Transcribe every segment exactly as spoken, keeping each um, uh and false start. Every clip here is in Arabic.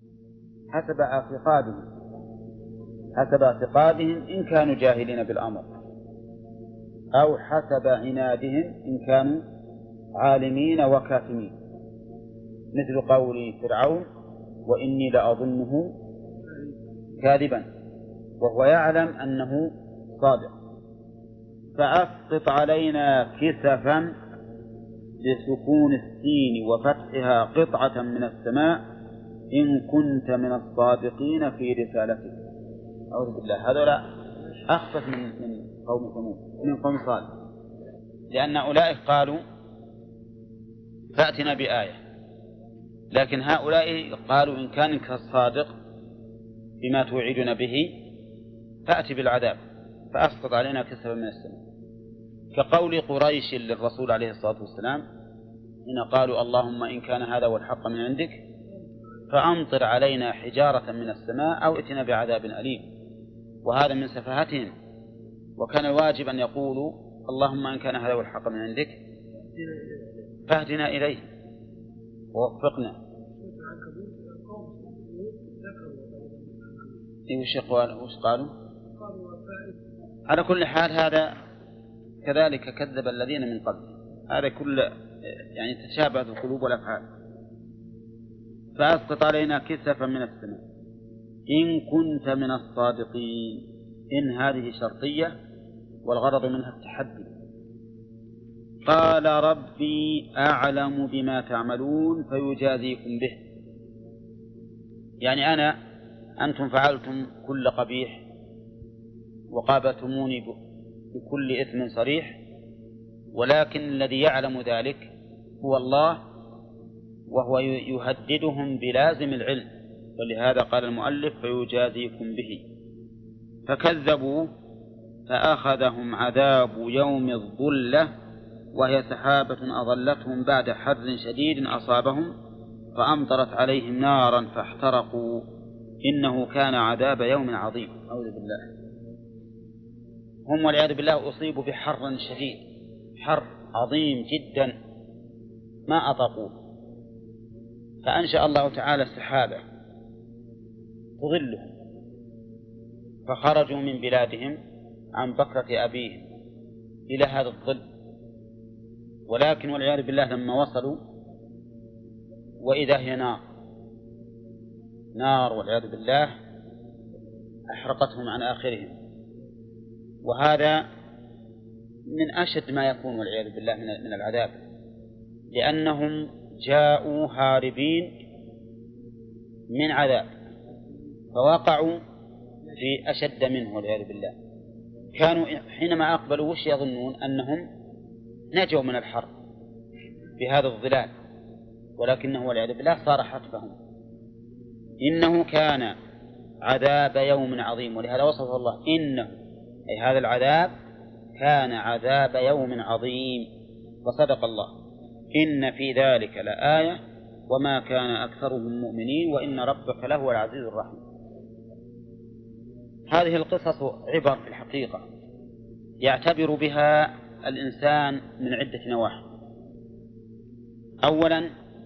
حسب اعتقادهم حسب اعتقادهم إن كانوا جاهلين بالأمر، أو حسب عنادهم إن كانوا عالمين وكاتمين، مثل قول فرعون وإني لأظنه كاذبا وهو يعلم أنه صادق. فأسقط علينا كسفا بسكون السين وفتحها قطعة من السماء إن كنت من الصادقين في رسالتك. أعوذ بالله، هذولا أخفف من من قوم ثمود، من قوم صالح، لأن أولئك قالوا فأتنا بآية، لكن هؤلاء قالوا إن كان كالصادق بما توعدنا به فأتي بالعذاب فأسقط علينا كسفا من السماء. كقول قريش للرسول عليه الصلاة والسلام حين قالوا اللهم إن كان هذا هو الحق من عندك فأمطر علينا حجارة من السماء أو ائتنا بعذاب أليم. وهذا من سفاهتهم، وكان الواجب أن يقولوا اللهم إن كان هذا هو الحق من عندك فاهدنا إليه ووفقنا. وش قالوا؟ على كل حال هذا كذلك كذب الذين من قبل، هذا كل يعني تشابهت القلوب والأفعال. فأسقط علينا كسفا من السماء إن كنت من الصادقين. إن هذه شرطية والغرض منها التحدي. قال ربي أعلم بما تعملون فيجازيكم به. يعني أنا أنتم فعلتم كل قبيح وقابلتموني بكل إثم صريح، ولكن الذي يعلم ذلك هو الله، وهو يهددهم بلازم العلم، ولهذا قال المؤلف فيجازيكم به. فكذبوا فأخذهم عذاب يوم الظلة وهي سحابة أظلتهم بعد حر شديد أصابهم فأمطرت عليهم نارا فاحترقوا إنه كان عذاب يوم عظيم. أعوذ بالله. هم والعياذ بالله أصيبوا بحر شديد، حر عظيم جدا ما أطاقوه، فأنشأ الله تعالى السحابة تظلهم فخرجوا من بلادهم عن بكرة أبيهم إلى هذا الظل. ولكن والعياذ بالله لما وصلوا وإذا هي نار نار والعياذ بالله أحرقتهم عن آخرهم. وهذا من أشد ما يكون والعياذ بالله من العذاب، لأنهم جاءوا هاربين من عذاب فوقعوا في أشد منه والعياذ بالله. كانوا حينما أقبلوا وش يظنون؟ أنهم نجوا من الحرب بهذا الظلال، ولكنه والعياذ بالله صار حتفهم. إنه كان عذاب يوم عظيم، ولهذا وصفه الله إنه أي هذا العذاب كان عذاب يوم عظيم. وصدق الله إن في ذلك لآية وما كان أكثرهم مؤمنين وإن ربك لهو العزيز الرحيم. هذه القصص عبر في الحقيقة يعتبر بها الإنسان من عدة نواحي. أولا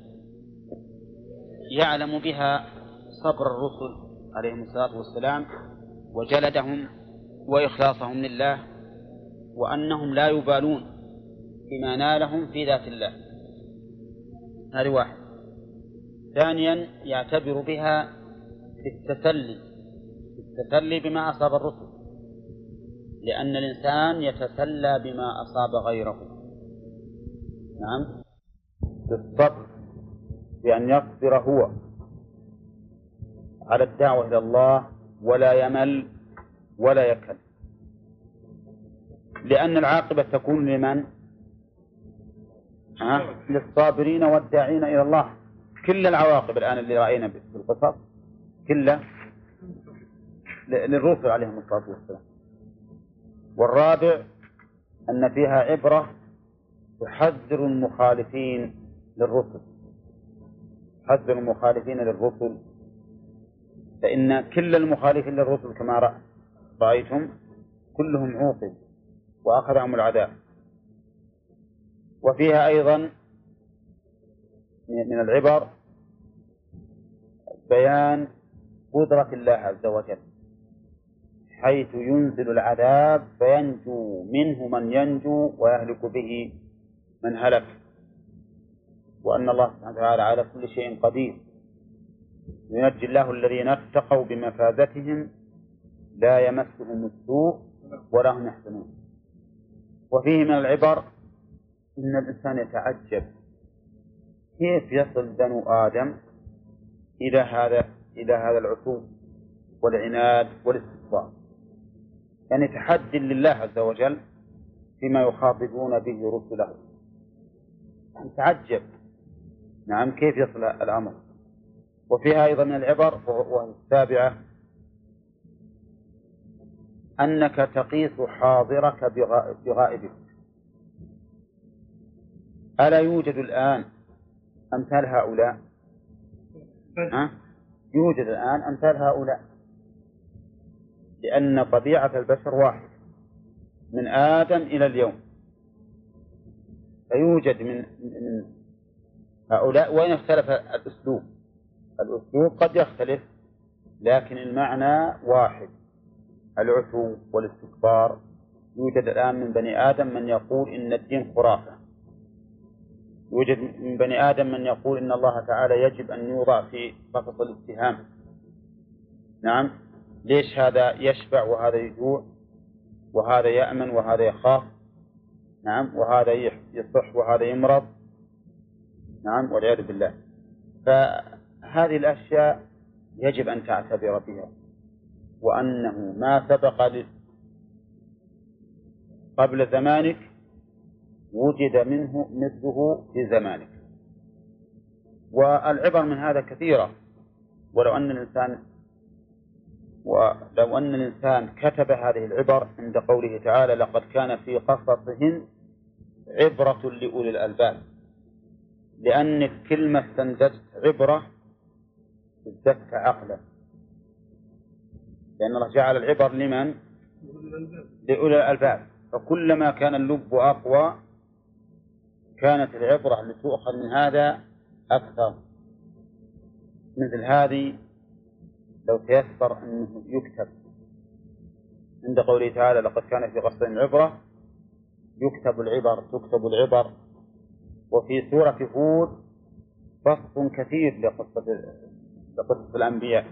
يعلم بها صبر الرسل عليهم الصلاة والسلام وجلدهم وإخلاصهم لله، وأنهم لا يبالون بما نالهم في ذات الله. هذا واحد. ثانيا يعتبر بها التسلي التسلي بما أصاب الرسل، لأن الإنسان يتسلى بما أصاب غيره. نعم، بالصبر، بأن يصبر هو على الدعوة إلى الله ولا يمل ولا يكل، لأن العاقبة تكون لمن؟ ها؟ للصابرين والداعين إلى الله. كل العواقب الآن اللي رأينا في القصص كلها للرسل عليهم الصلاة والسلام. والرابع أن فيها عبرة تحذر المخالفين للرسل تحذر المخالفين للرسل فإن كل المخالفين للرسل كما رأيتم كلهم عوقب وأخذهم العذاب. وفيها أيضا من العبر بيان قدرة الله عز وجل، حيث ينزل العذاب فينجو منه من ينجو ويهلك به من هلك، وأن الله سبحانه وتعالى على كل شيء قدير. ينجي الله الذين اتقوا بمفازتهم لا يمسهم السوء ولا هم يحزنون. وفيه من العبر إن الإنسان يتعجب كيف يصل بنو آدم إلى هذا إلى هذا العتو والعناد والاستكبار، يعني تحدي لله عز وجل فيما يخاطبون به رسله. تعجب نعم كيف يصل الأمر. وفيها أيضا من العبر وهي السابعة أنك تقيس حاضرك بغائبك. ألا يوجد الآن أمثال هؤلاء؟ أه؟ يوجد الآن أمثال هؤلاء، لأن طبيعة البشر واحد من آدم إلى اليوم، فيوجد من من هؤلاء، وإن اختلف الأسلوب الأسلوب قد يختلف لكن المعنى واحد، العتو والاستكبار. يوجد الآن من بني آدم من يقول إن الدين خرافة، يوجد من بني آدم من يقول إن الله تعالى يجب أن يوضع في قفص الاتهام. نعم، ليش هذا يشبع وهذا يجوع، وهذا يأمن وهذا يخاف، نعم، وهذا يصح وهذا يمرض، نعم، والعياذ بالله. فهذه الأشياء يجب أن تعتبر بها، وأنه ما سبق قبل زمانك وجد منه مثله في زمانك. والعبر من هذا كثيرة، ولو أن الإنسان ولو أن الإنسان كتب هذه العبر عند قوله تعالى لقد كان في قصصهم عبرة لأولي الألباب، لأن كلمة استنتجت عبرة ازددت عقلا، لأن الله جعل العبر لمن؟ لأولي الألباب، فكلما كان اللب أقوى كانت العبرة اللي تؤخذ من هذا أكثر. مثل هذه لو تيسر أنه يكتب عند قوله تعالى لقد كان في قصصهم عبرة، يكتب العبر تكتب العبر. وفي سورة هود فصل كثير لقصة لقصة الأنبياء،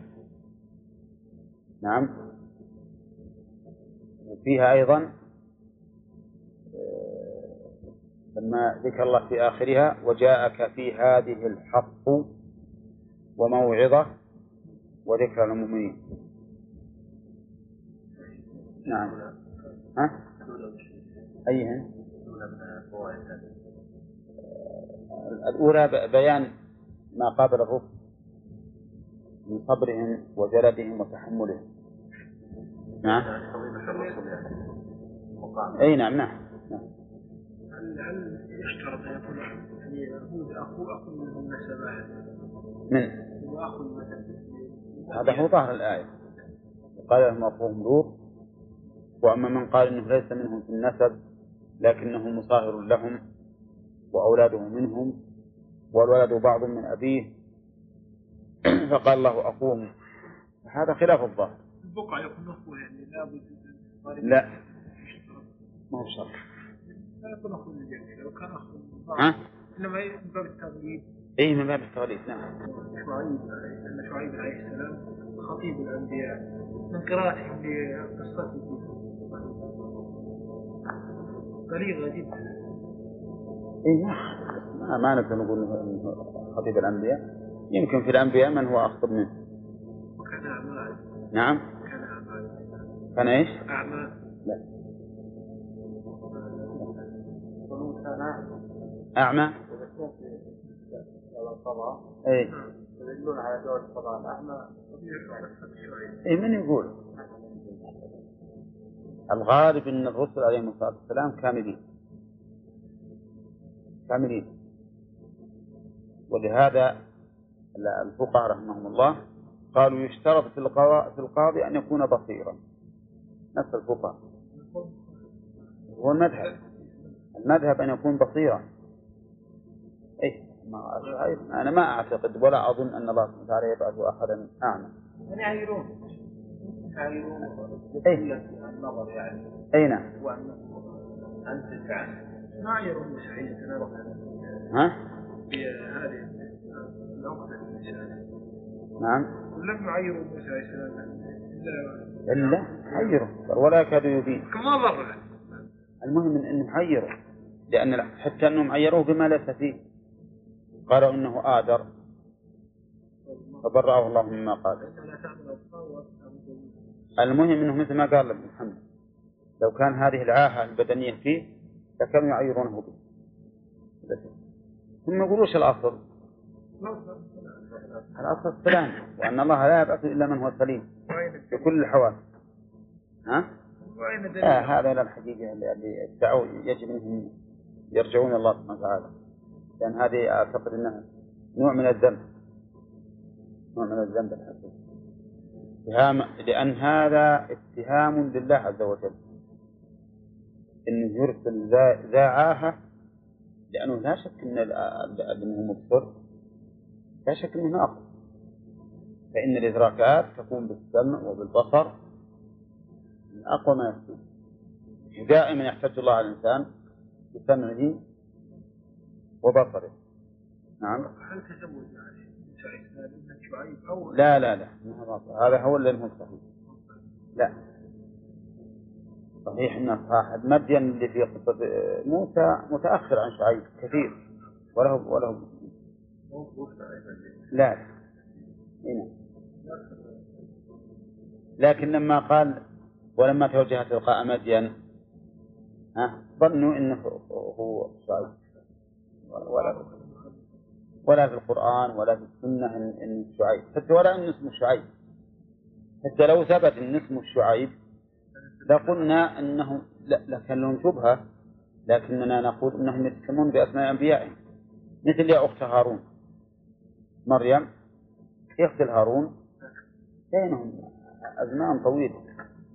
نعم، وفيها أيضا لما ذكر الله في آخرها وجاءك في هذه الحق وموعظة وذكر المؤمنين. نعم. ها؟ أيهن؟ الأولى بيان ما قابل الرسل من صبرهم وجلدهم وتحملهم. نعم. أي نعم نعم. هل يشترط أن يكون يعني هود أخو أخو من النسبة؟ من؟ وأخو مثلا. هذا هو ظاهر الآية، قال لهم أخوهم لوط. وأما من قال إنه ليس منهم في النسب لكنه مصاهر لهم وأولاده منهم والولد بعض من أبيه فقال الله أخوهم، هذا خلاف الظاهر. البقعة يكون أخوه يعني لا بد. لا ما هو شرط. لا يكون أخوه من الجنة لو كان أخوه من بعض. ها؟ إنما من باب التغليب. إيه من باب التغليب. نعم. شعيب أن شعيب عليه السلام خطيب الأنبياء من قراءتهم لقصته قليلة جدا. إيه ما ما نقدر نقول إنه خطيب الأنبياء، يمكن في الأنبياء من هو أخطب منه. وكان أعمال. نعم. كان أعمال. كان إيش؟ أعمال. لا. أعمى. إيه. يدلون على دور القضاء الأعمى. إيه من يقول؟ الغالب أن الرسل عليهم الصلاة والسلام كاملين كاملين ولهذا الفقهاء رحمهم الله قالوا يشترط في القاضي في القاضي أن يكون بصيرا. نفس الفقهاء هو المذهب المذهب أن يكون بصيرا. إيه ما شعيب أنا ما أعتقد ولا أظن أن الله سبحانه وتعالى يبعث أحدا أعمى. يعيرون يعيرون النظر يعني. أي نعم. أنت تعرف ما يعيرون مسعيد تناول ها؟ في هذه العقدة المسعيد. نعم. لم يعيروا موسى عليه السلام إلا إلا عيروا ولا كادوا يبين. كما ضر. المهم إن إنهم عيروا لأن حتى أنهم عيروه بما ليس فيه. قالوا إنه آدر فبرأه الله مما قال. المهم إنه مثل ما قال ابن محمد لو كان هذه العاهة البدنية فيه لكانوا يعيرونه به. ثم يقولوش الأصل الأصل السلام وأن الله لا يبعث إلا من هو سليم في كل الحوادث. ها؟ آه هذا لا الحقيقة اللي ادعوا يجب أنهم يرجعون الله سبحانه وتعالى لأن هذه أعتقد أنها نوع من الذنب نوع من الذنب الحقيقي اتهام لأن هذا اتهام لله عز وجل إنه يرسل ذا عاهة لأنه لا شك أن أنه مبصر لا شك أنه ناقص فإن الإدراكات تكون بالسمع وبالبصر من أقوى ما يكون ودائما يحتاج الله على الإنسان بسمعه وبصره. نعم. هل تزوج يعني شعيب أو لا لا لا هذا هو اللي هو صحيح. لا صحيح أن صاحب مدين اللي في قصة موسى متأخر عن شعيب كثير وله وله لا هنا. لكن لما قال ولما توجه تلقاء مدين ها ظنوا انه هو شعيب ولا ولا في القرآن ولا في السنة إن شعيب حتى ولا إن اسمه شعيب حتى لو ثبت إن اسمه شعيب لقلنا أنه لا كان لهم شبهة لكننا نقول أنهم يتسمون بأسماء أنبيائهم مثل يا أخت هارون مريم أخت هارون بينهم أزمان طويلة.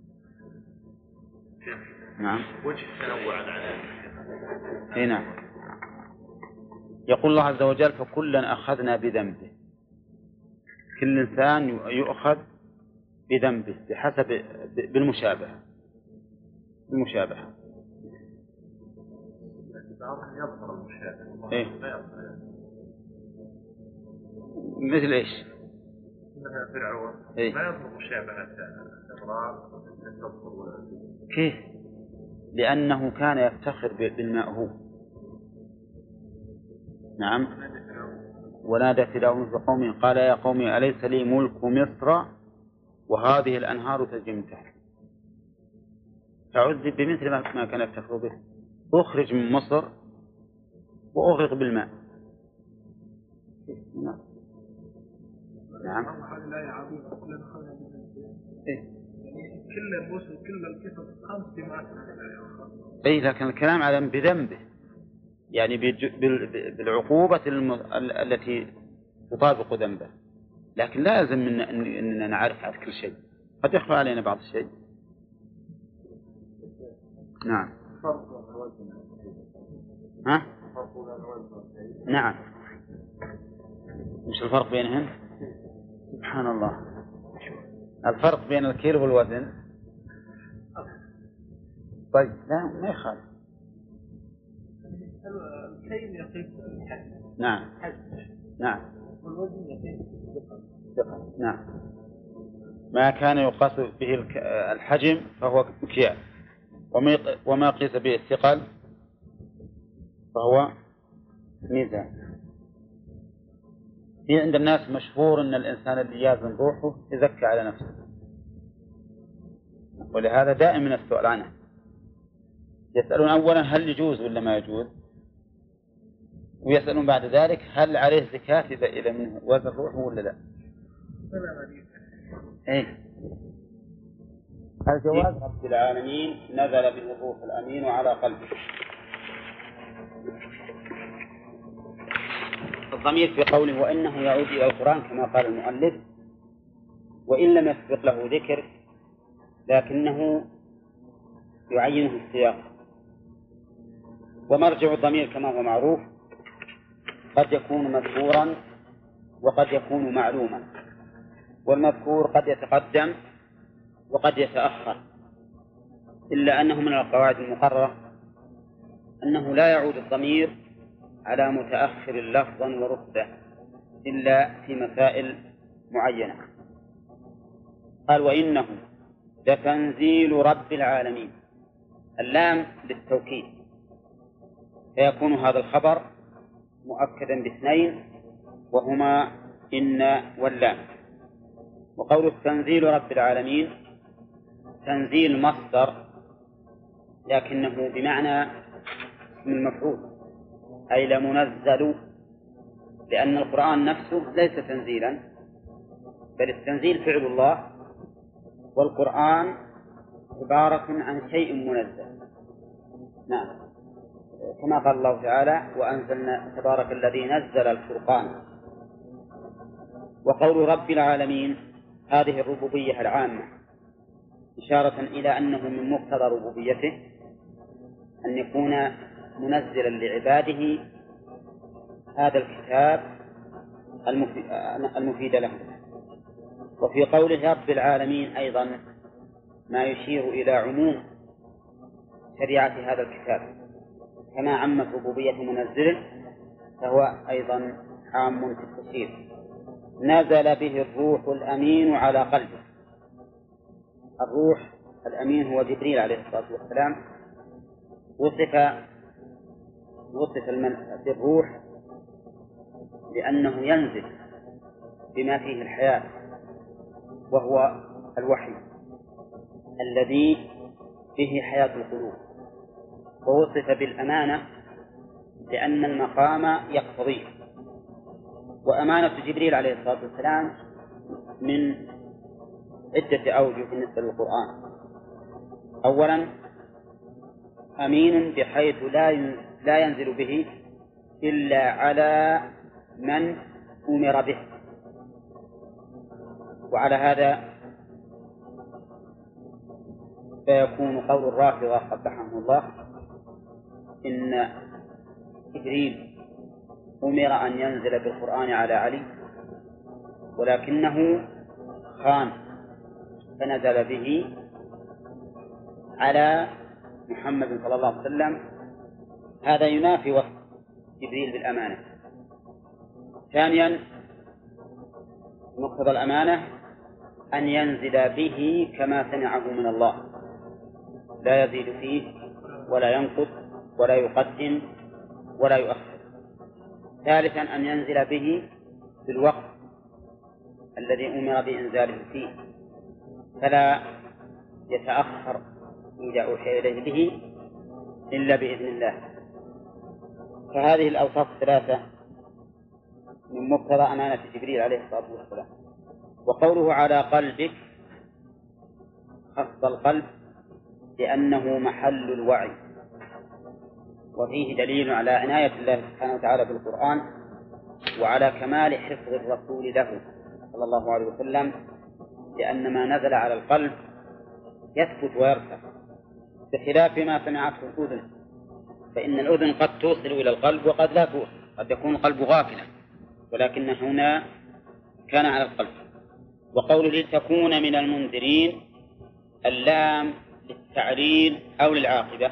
نعم. وجه تنوع العذاب. هنا يقول الله عز وجل فكلا أخذنا بذنبه كل إنسان يؤخذ بذنبه بحسب بالمشابهة المشابهة. يظهر المشابهة. إيه؟ مثل إيش؟ مثل فرعون. إيه؟ ما يظهر مشابهة إبراء. كيف؟ لأنه كان يفتخر بالمأهوب. نعم. ونادى فرعون في قومه قال يا قوم أليس لي ملك مصر وهذه الأنهار تجري من تحتي. فعذب بمثل ما كان يفتخر به أخرج من مصر وأغرق بالماء. نعم. نعم. كل الرسل كل القصص خمس سمات. أي لكن الكلام على بذنبه يعني بالعقوبة التي تطابق ذنبه لكن لازم أننا نعرف عن كل شيء قد يخفى علينا بعض الشيء. نعم. ها؟ نعم. مش الفرق بينهم؟ سبحان الله. الفرق بين الكيل والوزن طيب لا ما يخالف. الكيل يقيس الحجم. نعم. نعم. والوزن يقيس الثقل. نعم. ما كان يقاس به الحجم فهو مكيال وما قيس به الثقل فهو ميزان. في عند الناس مشهور أن الإنسان اللي يازن روحه يزكى على نفسه ولهذا دائما السؤال عنه يسألون أولا هل يجوز ولا ما يجوز ويسألون بعد ذلك هل عليه زكاة إذا إذا منه وزن روحه ولا لا. إيه الجواز رب العالمين نزل به الروح الأمين على قلبه. الضمير في قوله وإنه يعود إلى القرآن كما قال المؤلف وإن لم يسبق له ذكر لكنه يعينه السياق. ومرجع الضمير كما هو معروف قد يكون مذكورا وقد يكون معلوما، والمذكور قد يتقدم وقد يتأخر، إلا أنه من القواعد المقررة أنه لا يعود الضمير على متأخر لفظا ورتبة إلا في مسائل معينة. قال وإنه لتنزيل رب العالمين، اللام للتوكيد، فيكون هذا الخبر مؤكدا باثنين وهما إن واللام. وقول تنزيل رب العالمين تنزيل مصدر لكنه بمعنى اسم المفعول، أي لمنزل، لأن القرآن نفسه ليس تنزيلا بل التنزيل فعل الله، والقرآن عبارة عن شيء منزل. نعم، كما قال الله تعالى وأنزلنا تبارك الذي نزل الفرقان. وقول رب العالمين هذه الربوبية العامة إشارة إلى أنه من مقتضى ربوبيته أن يكون منزلا لعباده هذا الكتاب المفيد لهم. وفي قوله رب العالمين أيضا ما يشير إلى عموم شريعة هذا الكتاب، كما عمت ربوبية منزله فهو أيضا عام في التشريع. نزل به الروح الأمين على قلبه. الروح الأمين هو جبريل عليه الصلاة والسلام، وصف وصف بالروح لأنه ينزل بما فيه الحياة وهو الوحي الذي به حياة القلوب. ووصف بالأمانة لأن المقام يقتضيه. وأمانة جبريل عليه الصلاة والسلام من عدة أوجه بالنسبة للقرآن. أولا أمين بحيث لا لا ينزل به إلا على من أمر به. وعلى هذا فيكون قول الرافضة قبحهم الله إن جبريل أمر أن ينزل بالقرآن على علي ولكنه خان فنزل به على محمد صلى الله عليه وسلم. هذا ينافي وصف جبريل بالأمانة. ثانيا مقتضى الأمانة أن ينزل به كما سمعه من الله، لا يزيد فيه ولا ينقص ولا يقدم ولا يؤخر. ثالثا أن ينزل به في الوقت الذي أمر بإنزاله فيه، فلا يتأخر إذا أوحي إليه به إلا بإذن الله. فهذه الأوصاف الثلاثة من مقتضى أمانة جبريل عليه الصلاة والسلام. وقوله على قلبك خص القلب لأنه محل الوعي، وفيه دليل على عناية الله سبحانه وتعالى بالقرآن وعلى كمال حفظ الرسول له صلى الله عليه وسلم، لأن ما نزل على القلب يثبت ويرفع بخلاف ما سمعته الأذن، فإن الأذن قد توصل إلى القلب وقد لا توصل، قد يكون القلب غافلا، ولكن هنا كان على القلب. وقوله لتكون من المنذرين اللام للتعليل أو للعاقبة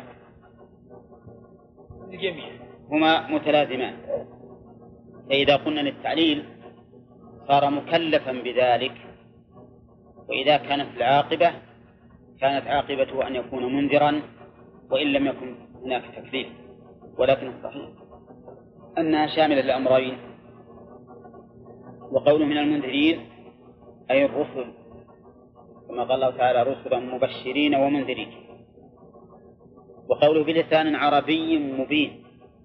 الجميع هما متلازمان. فإذا قلنا للتعليل صار مكلفا بذلك، وإذا كانت العاقبة كانت عاقبته أن يكون منذرا وإن لم يكن هناك تكليف. ولكن الصحيح أنها شاملة للأمرين. وقوله من المنذرين أي الرسل، كما قال الله تعالى رسلا مبشرين ومنذرين. وقوله بلسان عربي مبين،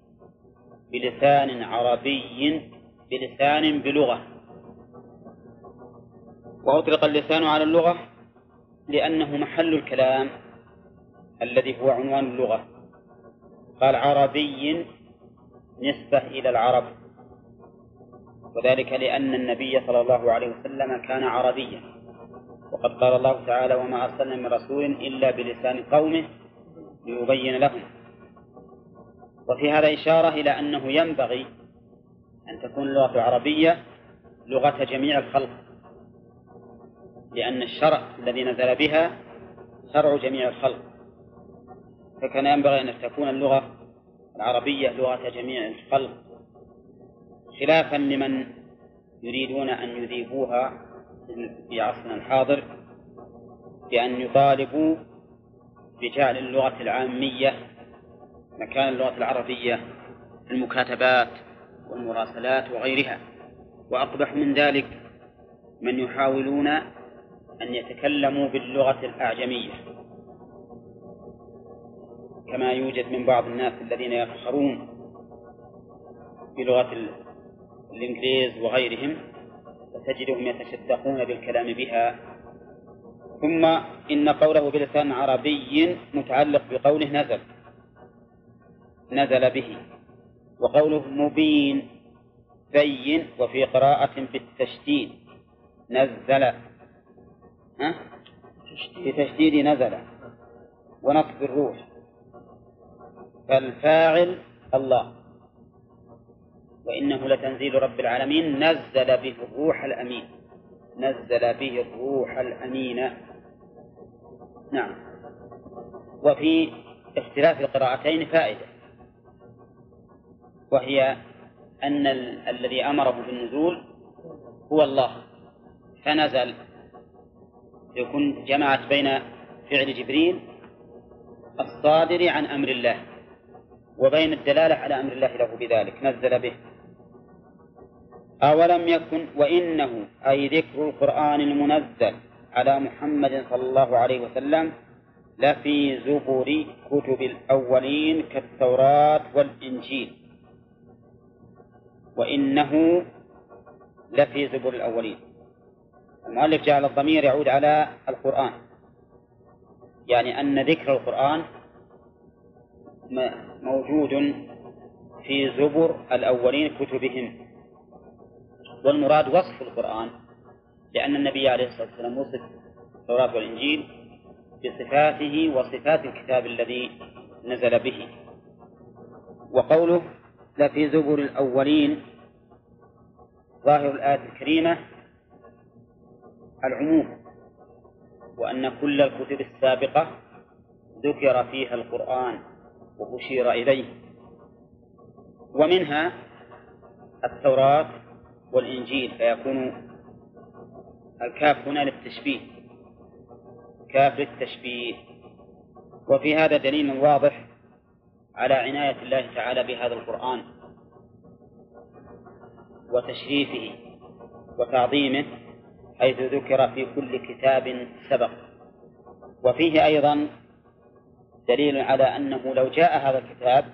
بلسان عربي بلسان بلغة. وأطلق اللسان على اللغة لأنه محل الكلام الذي هو عنوان اللغة. قال عربي نسبة إلى العرب، وذلك لأن النبي صلى الله عليه وسلم كان عربيا، وقد قال الله تعالى وما أرسلنا من رسول إلا بلسان قومه ليبين لهم. وفي هذا إشارة إلى أنه ينبغي أن تكون اللغة العربية لغة جميع الخلق، لأن الشرع الذي نزل بها شرع جميع الخلق، فكان ينبغي أن تكون اللغة العربية لغة جميع الخلق، خلافا لمن يريدون أن يذيبوها في عصرنا الحاضر بأن يطالبوا بجعل اللغة العامية مكان اللغة العربية في المكاتبات والمراسلات وغيرها. وأقبح من ذلك من يحاولون أن يتكلموا باللغة الأعجمية، كما يوجد من بعض الناس الذين يفخرون بلغة الإنجليز وغيرهم، وتجدهم يتشدقون بالكلام بها. ثم إن قوله بلسان عربي متعلق بقوله نزل نزل به، وقوله مبين بين، وفي قراءة بالتشديد نزل، ها؟ بتشديد نزل ونصب الروح، فالفاعل الله، وإنه لتنزيل رب العالمين نزل به الروح الأمين، نزل به الروح الأمين. نعم. وفي اختلاف القراءتين فائدة، وهي أن ال- الذي أمره بالنزول هو الله فنزل، يكون جمعت بين فعل جبريل الصادر عن أمر الله وبين الدلالة على أمر الله له بذلك، نزل به. أولم يكن وإنه أي ذكر القرآن المنزل على محمد صلى الله عليه وسلم لفي زبر كتب الأولين كالتوراة والإنجيل، وإنه لفي زبر الأولين. المؤلف جعل الضمير يعود على القرآن، يعني أن ذكر القرآن موجود في زبر الأولين كتبهم، والمراد وصف القرآن، لأن النبي عليه الصلاة والسلام وصف التوراة والإنجيل بصفاته وصفات الكتاب الذي نزل به. وقوله لفي زبر الأولين ظاهر الآية الكريمة العموم، وأن كل الكتب السابقة ذكر فيها القرآن وأشير إليه، ومنها التوراة والإنجيل، فيكون الكاف هنا للتشبيه، كاف للتشبيه. وفي هذا دليل واضح على عناية الله تعالى بهذا القرآن وتشريفه وتعظيمه، حيث ذكر في كل كتاب سبق. وفيه أيضا دليل على أنه لو جاء هذا الكتاب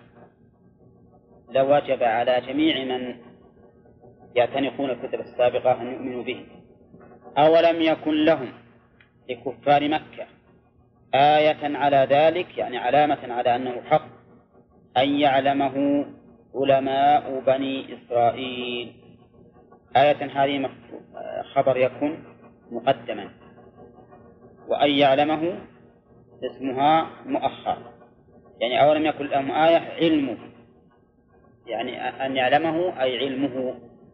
لوجب على جميع من يعتنقون الكتب السابقة أن يؤمنوا به. أولم يكن لهم لكفار مكة آية على ذلك، يعني علامة على أنه حق، أن يعلمه علماء بني إسرائيل. آية هذه خبر يكون مقدما، وأن يعلمه اسمها مؤخر، يعني أولم يكن لهم آية علمه، يعني أن يعلمه أي علمه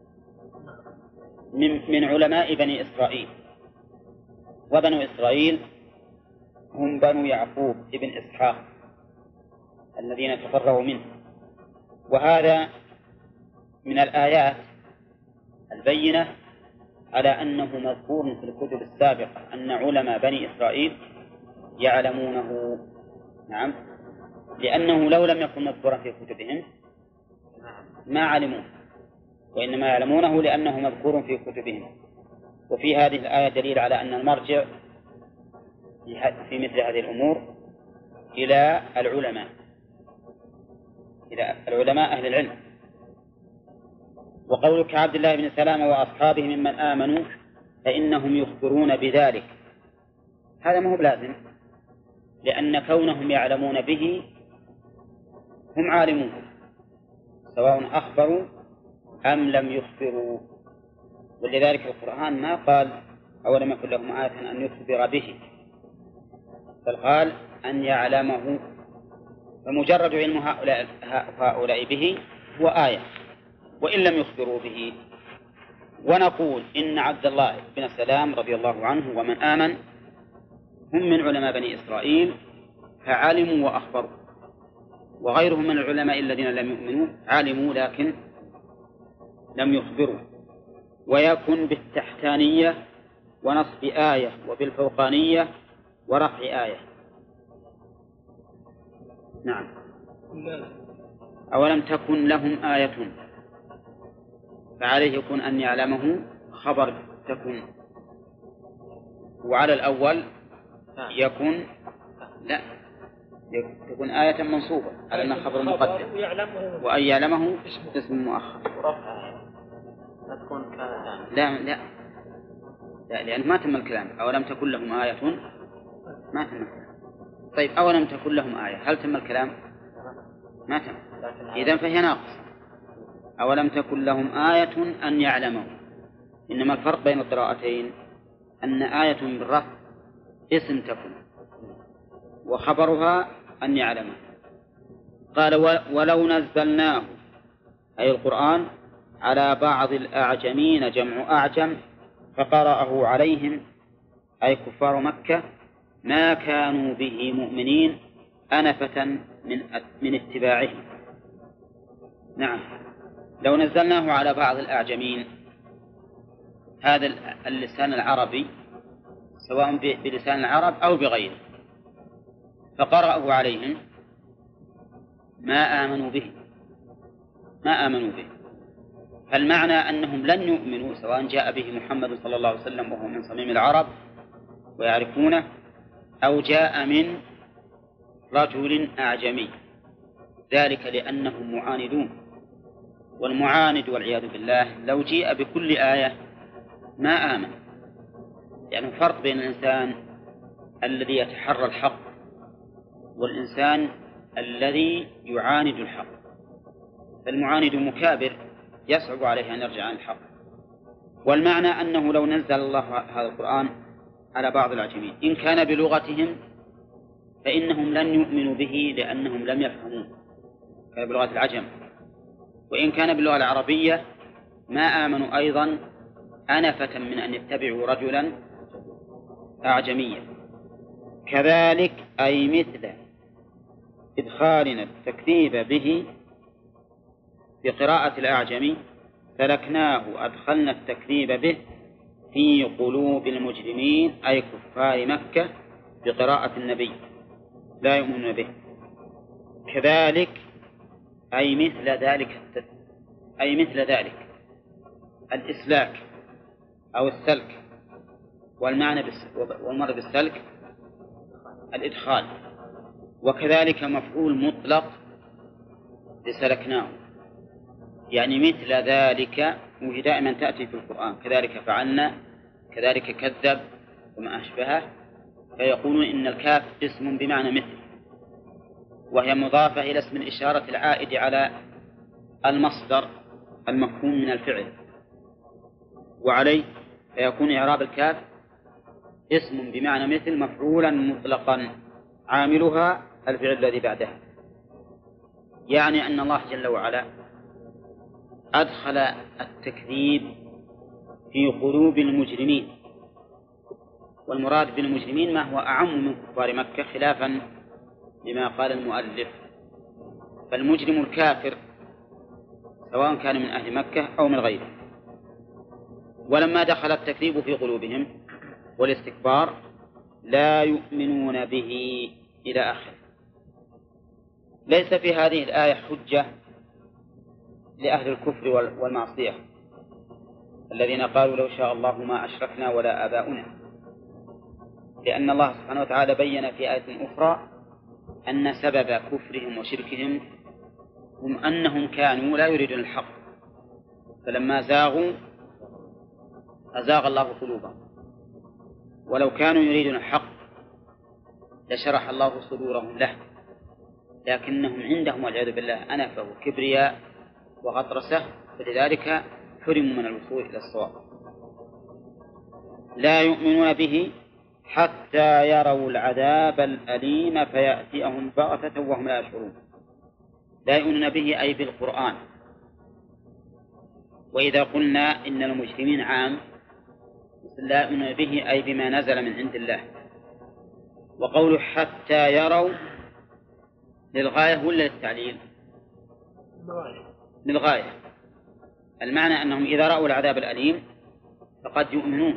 من, من علماء بني إسرائيل. وبنو إسرائيل هم بنو يعقوب ابن إسحاق الذين تفرغوا منه. وهذا من الآيات البينة على أنه مذكور في الكتب السابقة أن علماء بني إسرائيل يعلمونه. نعم، لأنه لو لم يكن مذكورا في كتبهم ما علموه، وإنما يعلمونه لأنه مذكور في كتبهم. وفي هذه الآية دليل على أن المرجع في مثل هذه الأمور إلى العلماء، إلى العلماء أهل العلم. وقولك عبد الله بن سلام وأصحابه ممن آمنوا فإنهم يخبرون بذلك، هذا ما هو بلازم، لأن كونهم يعلمون به هم عالمون سواء أخبروا أم لم يخبروا. ولذلك القرآن ما قال أولم يكن لهم آية أن يخبر به، بل قال أن يعلمه، فمجرد علم هؤلاء, هؤلاء به هو آية، وإن لم يخبروا به. ونقول إن عبد الله بن سلام رضي الله عنه ومن آمن هم من علماء بني إسرائيل فعلموا وأخبروا، وغيرهم من العلماء الذين لم يؤمنوا علموا لكن لم يخبروا. ويكون بالتحتانية ونصب آية وبالفوقانية ورفع آية. نعم. أولم تكن لهم آية فعليه يكون أن يعلمه خبر تكن، وعلى الأول يكون لا تكون آية منصوبة على أنها خبر مقدم، وأن يعلمه اسم مؤخر. لا تكون كانت لا لا لا لأن ما تم الكلام. أولم تكن لهم آية ما تم الكلام. طيب أولم تكن لهم آية هل تم الكلام؟ ما تم. إذن فهي ناقص. أولم تكن لهم آية أن يعلموا. إنما الفرق بين القراءتين أن آية بالرفع اسم تكن وخبرها أن يعلموا. قال ولو نزلناه أي القرآن على بعض الأعجمين جمع أعجم فقرأه عليهم أي كفار مكة ما كانوا به مؤمنين أنفة من من اتباعهم. نعم. لو نزلناه على بعض الأعجمين هذا اللسان العربي سواء بلسان العرب أو بغيره فقرأه عليهم ما آمنوا به ما آمنوا به. فالمعنى أنهم لن يؤمنوا سواء جاء به محمد صلى الله عليه وسلم وهو من صميم العرب ويعرفونه أو جاء من رجل أعجمي، ذلك لأنهم معاندون، والمعاند والعياذ بالله لو جاء بكل آية ما آمن. يعني فرق بين الإنسان الذي يتحرى الحق والإنسان الذي يعاند الحق. فالمعاند مكابر يصعب عليه أن يرجع عن الحق. والمعنى أنه لو نزل الله هذا القرآن على بعض العجمين إن كان بلغتهم فإنهم لن يؤمنوا به لأنهم لم يفهموه، كان بلغة العجم. وإن كان باللغة العربية ما آمنوا أيضا أنفة من أن يتبعوا رجلا أعجميا. كذلك أي مثل إدخالنا التكذيب به بقراءة الأعجمي سلكناه أدخلنا التكذيب به في قلوب المجرمين أي كفار مكة بقراءة النبي لا يؤمنون به. كذلك أي مثل ذلك أي مثل ذلك الإسلاك أو السلك، والمعنى والمرة بالسلك الإدخال. وكذلك مفعول مطلق لسلكناه، يعني مثل ذلك، وهي دائما تأتي في القرآن كذلك فعلنا كذلك كذب وما أشبهه، فيقولون إن الكاف اسم بمعنى مثل، وهي مضافة إلى اسم الإشارة العائد على المصدر المفهوم من الفعل، وعليه فيكون إعراب الكاف اسم بمعنى مثل مفعولا مطلقا عاملها الفعل الذي بعدها. يعني أن الله جل وعلا أدخل التكذيب في قلوب المجرمين، والمراد بالمجرمين ما هو أعم من كفار مكة خلافا لما قال المؤلف. فالمجرم الكافر سواء كان من أهل مكة أو من غيره. ولما دخل التكذيب في قلوبهم والاستكبار لا يؤمنون به إلى آخره. ليس في هذه الآية حجة لأهل الكفر والمعصية الذين قالوا لو شاء الله ما أشركنا ولا آباؤنا، لأن الله سبحانه وتعالى بين في آية أخرى أن سبب كفرهم وشركهم هم أنهم كانوا لا يريدون الحق، فلما زاغوا أزاغ الله قلوبهم، ولو كانوا يريدون الحق لشرح الله صدورهم له، لكنهم عندهم والعياذ بالله أنفة وكبرياء وغطرسة، فلذلك حرموا من الوصول إلى الصواب. لا يؤمنون به حتى يروا العذاب الأليم فيأتيهم بغتة وهم لا يشعرون. لا يؤمنون به أي بالقرآن، وإذا قلنا إن المجرمين عام لا يؤمنون به أي بما نزل من عند الله. وقوله حتى يروا للغاية ولا للتعليل؟ للغاية. المعنى أنهم إذا رأوا العذاب الأليم فقد يؤمنون،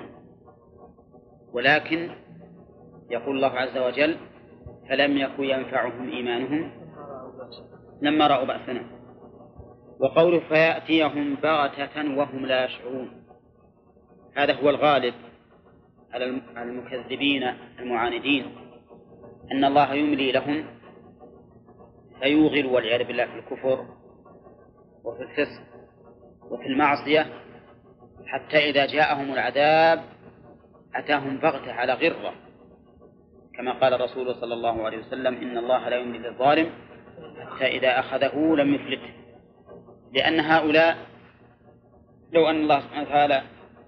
ولكن يقول الله عز وجل فلم يكن ينفعهم إيمانهم لما رأوا بأسنا. وقوله فيأتيهم بغتة وهم لا يشعرون، هذا هو الغالب على المكذبين المعاندين، أن الله يملي لهم فيوغلوا والعياذ بالله في الكفر وفي الفسق وفي المعصية، حتى إذا جاءهم العذاب أتاهم بغتة على غرة، كما قال الرسول صلى الله عليه وسلم إن الله لا يملي للظالم حتى إذا أخذه لم يفلته. لأن هؤلاء لو أن الله سبحانه وتعالى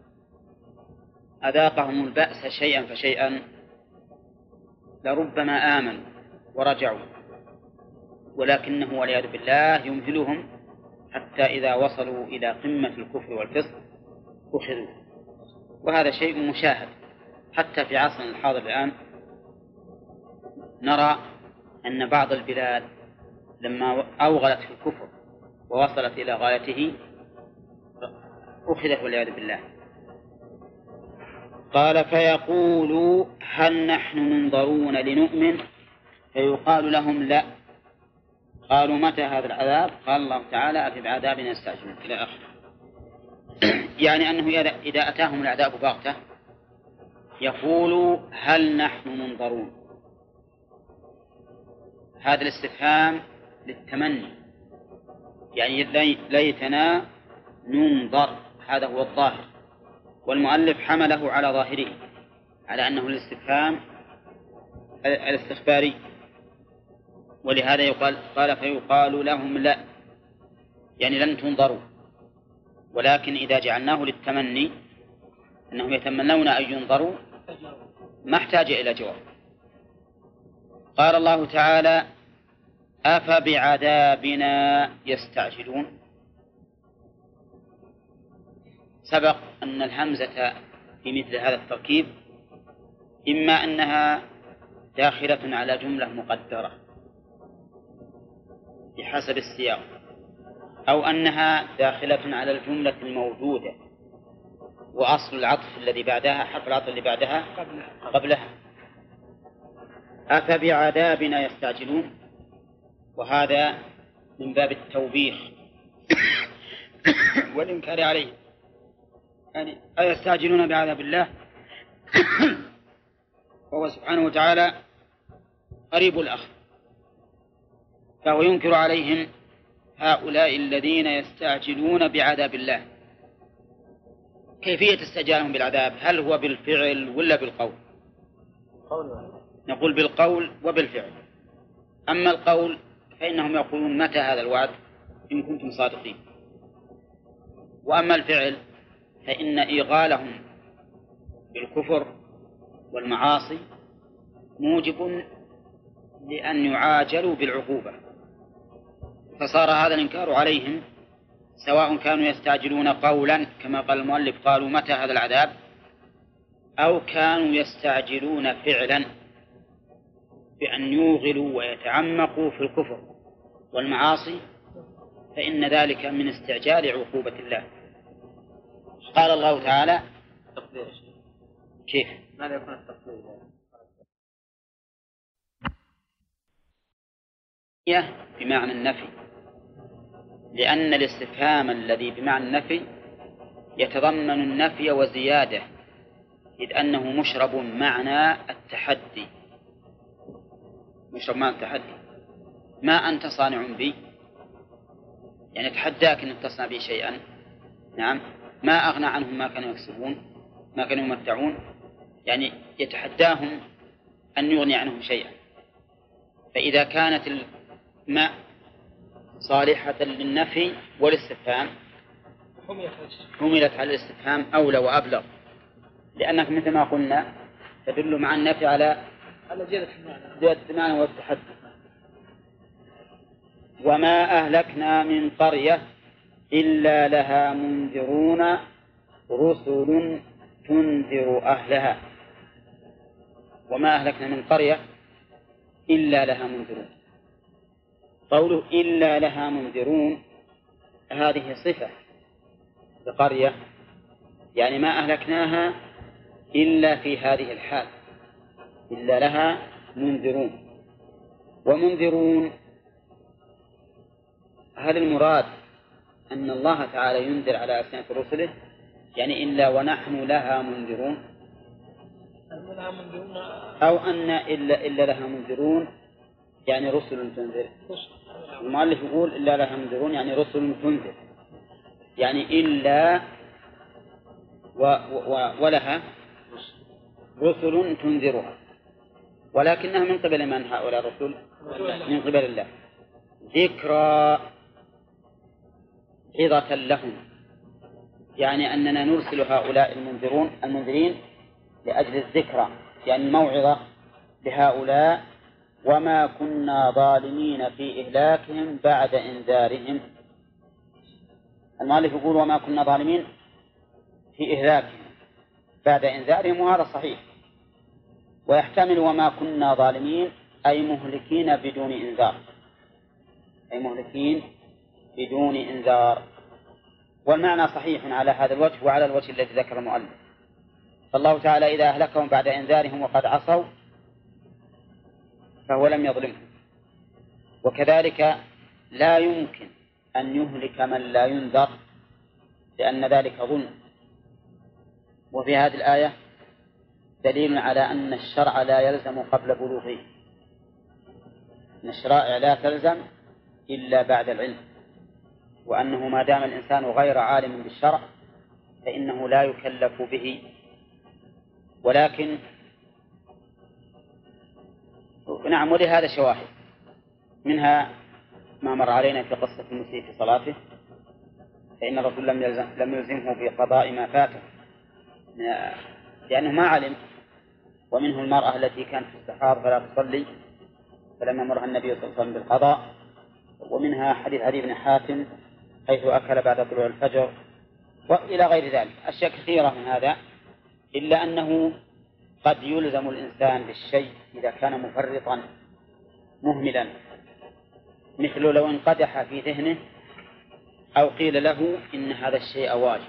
أذاقهم البأس شيئا فشيئا لربما آمنوا ورجعوا، ولكنه والعياذ بالله يمهلهم حتى إذا وصلوا إلى قمة الكفر والفسق أخذوا. وهذا شيء مشاهد حتى في عصرنا الحاضر الآن. نرى أن بعض البلاد لما أوغلت في الكفر ووصلت إلى غايته أخذت والعياذ بالله. قال فيقولوا هل نحن منظرون لنؤمن؟ فيقال لهم لا. قالوا متى هذا العذاب؟ قال الله تعالى أفي بعذابنا يستعجلون إلى آخره. يعني أنه إذا أتاهم العذاب بغتة يقولوا هل نحن منظرون. هذا الاستفهام للتمني، يعني ليتنا ننظر، هذا هو الظاهر، والمؤلف حمله على ظاهره على أنه الاستفهام الاستخباري، ولهذا يقال قال فيقال لهم لا، يعني لن تنظروا. ولكن إذا جعلناه للتمني أنهم يتمنون أن ينظروا ما احتاج إلى جواب. قال الله تعالى أفبعذابنا يستعجلون. سبق أن الهمزة في مثل هذا التركيب إما أنها داخلة على جملة مقدرة بحسب السياق، أو أنها داخلة على الجملة الموجودة وأصل العطف الذي بعدها حرف العطف اللي بعدها قبلها. أفبعذابنا يستعجلون، وهذا من باب التوبيخ والإنكار عليه، يعني أيستعجلون بعذاب الله وهو سبحانه وتعالى قريب الأخذ، فهو ينكر عليهم هؤلاء الذين يستعجلون بعذاب الله. كيفية استعجالهم بالعذاب؟ هل هو بالفعل ولا بالقول؟ نقول بالقول وبالفعل. أما القول فإنهم يقولون متى هذا الوعد إن كنتم صادقين، وأما الفعل فإن إيغالهم بالكفر والمعاصي موجب لأن يعاجلوا بالعقوبة، فصار هذا الإنكار عليهم سواء كانوا يستعجلون قولا كما قال المؤلف قالوا متى هذا العذاب، أو كانوا يستعجلون فعلا بأن يوغلوا ويتعمقوا في الكفر والمعاصي، فإن ذلك من استعجال عقوبة الله. قال الله تعالى كيف؟ ماذا يكون التقدير؟ بمعنى النفي، لأن الاستفهام الذي بمعنى النفي يتضمن النفي وزيادة، إذ أنه مشرب معنى التحدي، مشرب معنى التحدي. ما أنت صانع بي، يعني أتحداك أن تصنع بي شيئا. نعم. ما أغنى عنهم ما كانوا يكسبون ما كانوا يمتعون، يعني يتحداهم أن يغني عنهم شيئا. فإذا كانت الماء صالحة للنفي والاستفهام حملت على الاستفهام أولى وأبلغ، لأنك مثل ما قلنا تدل مع النفي على زيادة المعنى والتحدي. وما أهلكنا من قرية إلا لها منذرون رسل تنذر أهلها وما أهلكنا من قرية إلا لها منذرون. قوله إلا لها منذرون هذه صفة لقرية، يعني ما أهلكناها إلا في هذه الحال، إلا لها منذرون. ومنذرون هل المراد أن الله تعالى ينذر على ألسنة رسله، يعني إلا ونحن لها منذرون، أو أن إلا, إلا لها منذرون يعني رسل تنذر؟ المؤلف يقول إلا لها منذرون يعني رسل تنذر، يعني إلا و و ولها رسل تنذرها، ولكنها من قبل من هؤلاء الرسل؟ من قبل الله، ذكرى عظة لهم، يعني أننا نرسل هؤلاء المنذرون المنذرين لأجل الذكرى، يعني الموعظة لهؤلاء، وما كنا ظالمين في إهلاكهم بعد إنذارهم. المؤلف يقول وما كنا ظالمين في إهلاكهم بعد إنذارهم، وهذا صحيح، ويحتمل وما كنا ظالمين أي مهلكين بدون إنذار، أي مهلكين بدون إنذار، والمعنى صحيح على هذا الوجه وعلى الوجه الذي ذكر المؤلف. فالله تعالى إذا أهلكهم بعد إنذارهم وقد عصوا فهو لم يظلمهم، وكذلك لا يمكن أن يهلك من لا ينذر لأن ذلك ظلم. وفي هذه الآية دليل على أن الشرع لا يلزم قبل بلوغه، أن الشرائع لا تلزم إلا بعد العلم، وأنه ما دام الإنسان غير عالم بالشرع فإنه لا يكلف به. ولكن نعم، ولهذا شواهد، منها ما مر علينا في قصة المسيء في صلاته، فإن الرسول لم يلزم لم يلزمه بقضاء ما فاته لأنه ما علم. ومنه المرأة التي كانت في السحار فلا تصلي فلم يمرها النبي صلى الله عليه وسلم بالقضاء. ومنها حديث عدي بن حاتم حيث أكل بعد طلوع الفجر، وإلى غير ذلك أشياء كثيرة من هذا، إلا أنه قد يلزم الإنسان بالشيء إذا كان مفرطا مهملا، مثل لو انقدح في ذهنه أو قيل له إن هذا الشيء واجب،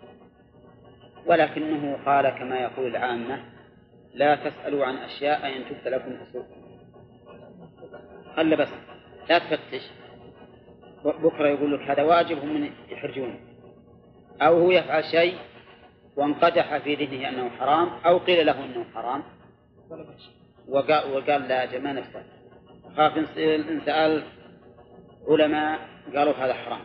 ولكنه قال كما يقول العامة لا تسألوا عن أشياء إن تبت لكم تسؤكم، قال بس لا تفتش، بكرة يقول لك هذا واجب هم يحرجون، أو هو يفعل شيء وانقدح في ذهنه أنه حرام أو قيل له أنه حرام وقال, وقال لا جمع نفسه، خاف إن سأل علماء قالوا هذا حرام،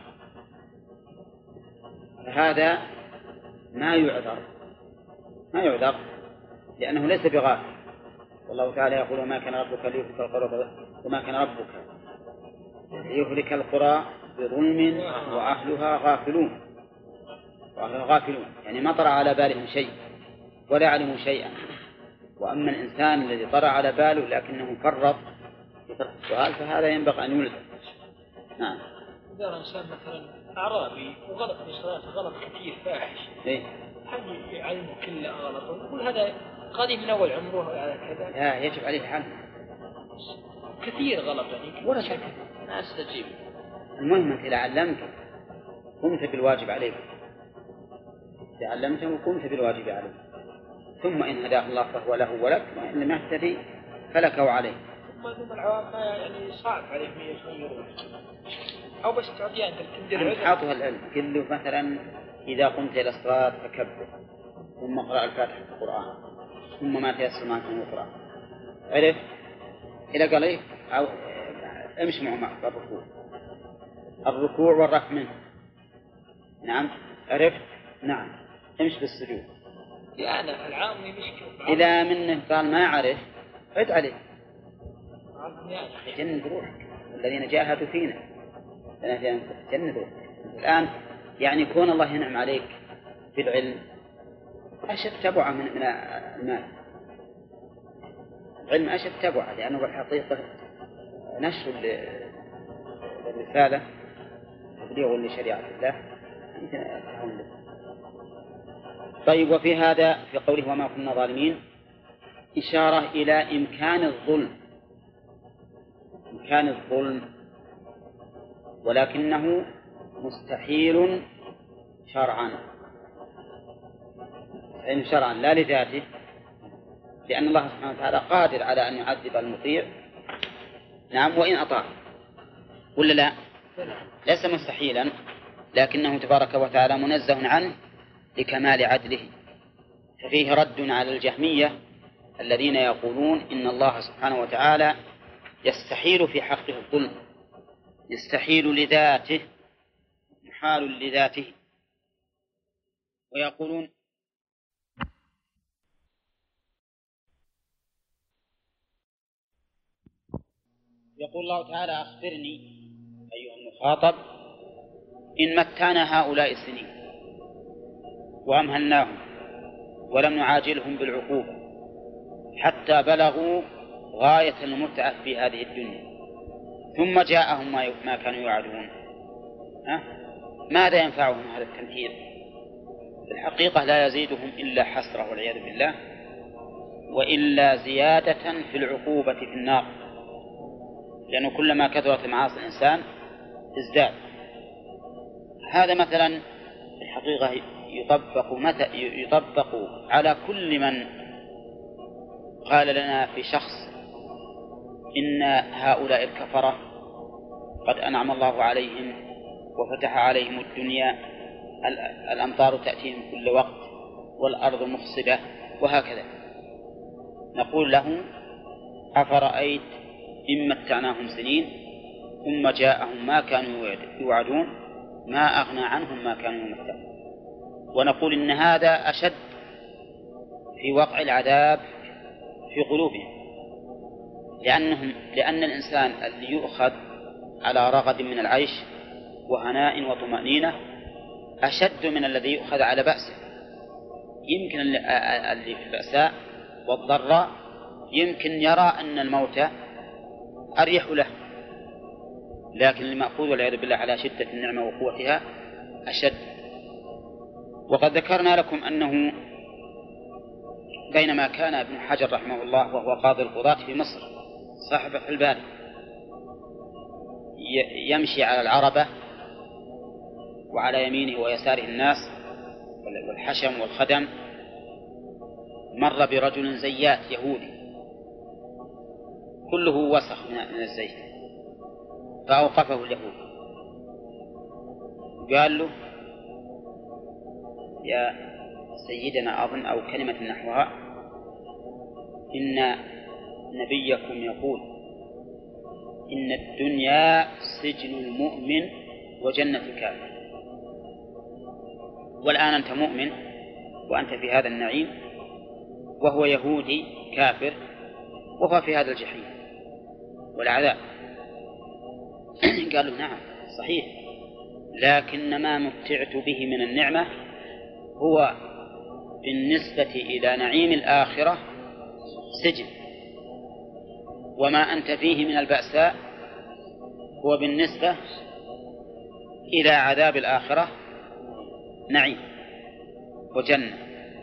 هذا ما يعذر ما يعذر لأنه ليس بغافل. والله تعالى يقول وما كان ربك ليهلك القرى وما كان ربك ليهلك القرى بظلم وأهلها غافلون، وأهلها غافلون يعني ما طرأ على بالهم شيء ولا علموا شيئا. وأما الإنسان الذي طرأ على باله لكنه فرط السؤال فهذا ينبغي أن يلزم. نعم. إذا الإنسان مثلا أعرابي وغلط في صلاته غلط كثير فاحش، إيه؟ هل يعلمه كله غلط ويقول هذا قادم من أول عمره على كذا؟ لا، يجب عليه حل كثير غلط يعني ولا شك ما استجيب. المهم أنت إذا علمته قمت بالواجب عليك، إذا علمته قمت بالواجب عليك، ثم إن هداه الله فهو له ولك، وإن لم يهتدي فلك وعليه. ثم ثم العوام ما يعني صعب عليهم يغيرون أو بس تعطيه أنت تندر حاطها العلم كله. مثلا إذا قمت إلى الصلاة فكبر ثم اقرأ الفاتحة في القرآن ثم ما تيسر معك من القرآن، عرف إذا قال إيه أو امشي معه معك الركوع الركوع والرفع منه، نعم عرفت، نعم امشي بالسجود. يعني العام مشكلة إذا منه قال ما عرف عد عليه يعني جند روحك الذين جاهدوا فينا جند روحك. الآن يعني كون الله ينعم عليك بالعلم أشد تبعه من من المال. العلم أشد تبعه لأنه الحقيقة نشر الرسالة تبليغ لشريعة الله يمكن أفهم له. طيب، وفي هذا في قوله وما كنا ظالمين إشارة إلى إمكان الظلم، إمكان الظلم، ولكنه مستحيل شرعا، مستحيل شرعا لا لذاته، لأن الله سبحانه وتعالى قادر على أن يعذب المطيع، نعم، وإن أطاع، ولا لا؟ ليس مستحيلا، لكنه تبارك وتعالى منزه عنه لكمال عدله. ففيه رد على الجهمية الذين يقولون إن الله سبحانه وتعالى يستحيل في حقه الظلم، يستحيل لذاته، محال لذاته. ويقولون يقول الله تعالى أخبرني أيها المخاطب إن متعنا هؤلاء السنين وأمهلناهم ولم نعاجلهم بالعقوبة حتى بلغوا غاية المتعة في هذه الدنيا ثم جاءهم ما كانوا يوعدون، أه؟ ماذا ينفعهم هذا التمثيل؟ في الحقيقة لا يزيدهم إلا حسرة والعياذ بالله، وإلا زيادة في العقوبة في النار، لأنه كلما كثرت معاصي الإنسان ازداد. هذا مثلا في الحقيقة يطبق, متى يطبق على كل من قال لنا في شخص إن هؤلاء الكفرة قد أنعم الله عليهم وفتح عليهم الدنيا، الأمطار تأتيهم كل وقت والأرض مخصبة وهكذا. نقول له أفرأيت إن متعناهم سنين ثم جاءهم ما كانوا يوعدون ما أغنى عنهم ما كانوا يمتعون. ونقول إن هذا أشد في وقع العذاب في قلوبهم، لأنهم لأن الإنسان اللي يؤخذ على رغد من العيش وهناء وطمأنينة أشد من الذي يؤخذ على بأسه. يمكن اللي في البأساء والضراء يمكن يرى أن الموت أريح له، لكن المأخوذ والعياذ بالله على شدة النعمة وقوتها أشد. وقد ذكرنا لكم أنه بينما كان ابن حجر رحمه الله وهو قاضي القضاة في مصر صاحب فتح الباري يمشي على العربة وعلى يمينه ويساره الناس والحشم والخدم، مر برجل زيات يهودي كله وسخ من الزيت، فأوقفه اليهود قال له يا سيدنا أظن أو كلمة نحوها إن نبيكم يقول إن الدنيا سجن المؤمن وجنة الكافر، والآن أنت مؤمن وأنت في هذا النعيم وهو يهودي كافر وهو في هذا الجحيم والعذاب. قالوا نعم صحيح، لكن ما متعت به من النعمة هو بالنسبة إلى نعيم الآخرة سجن، وما أنت فيه من البأساء هو بالنسبة إلى عذاب الآخرة نعيم وجنة.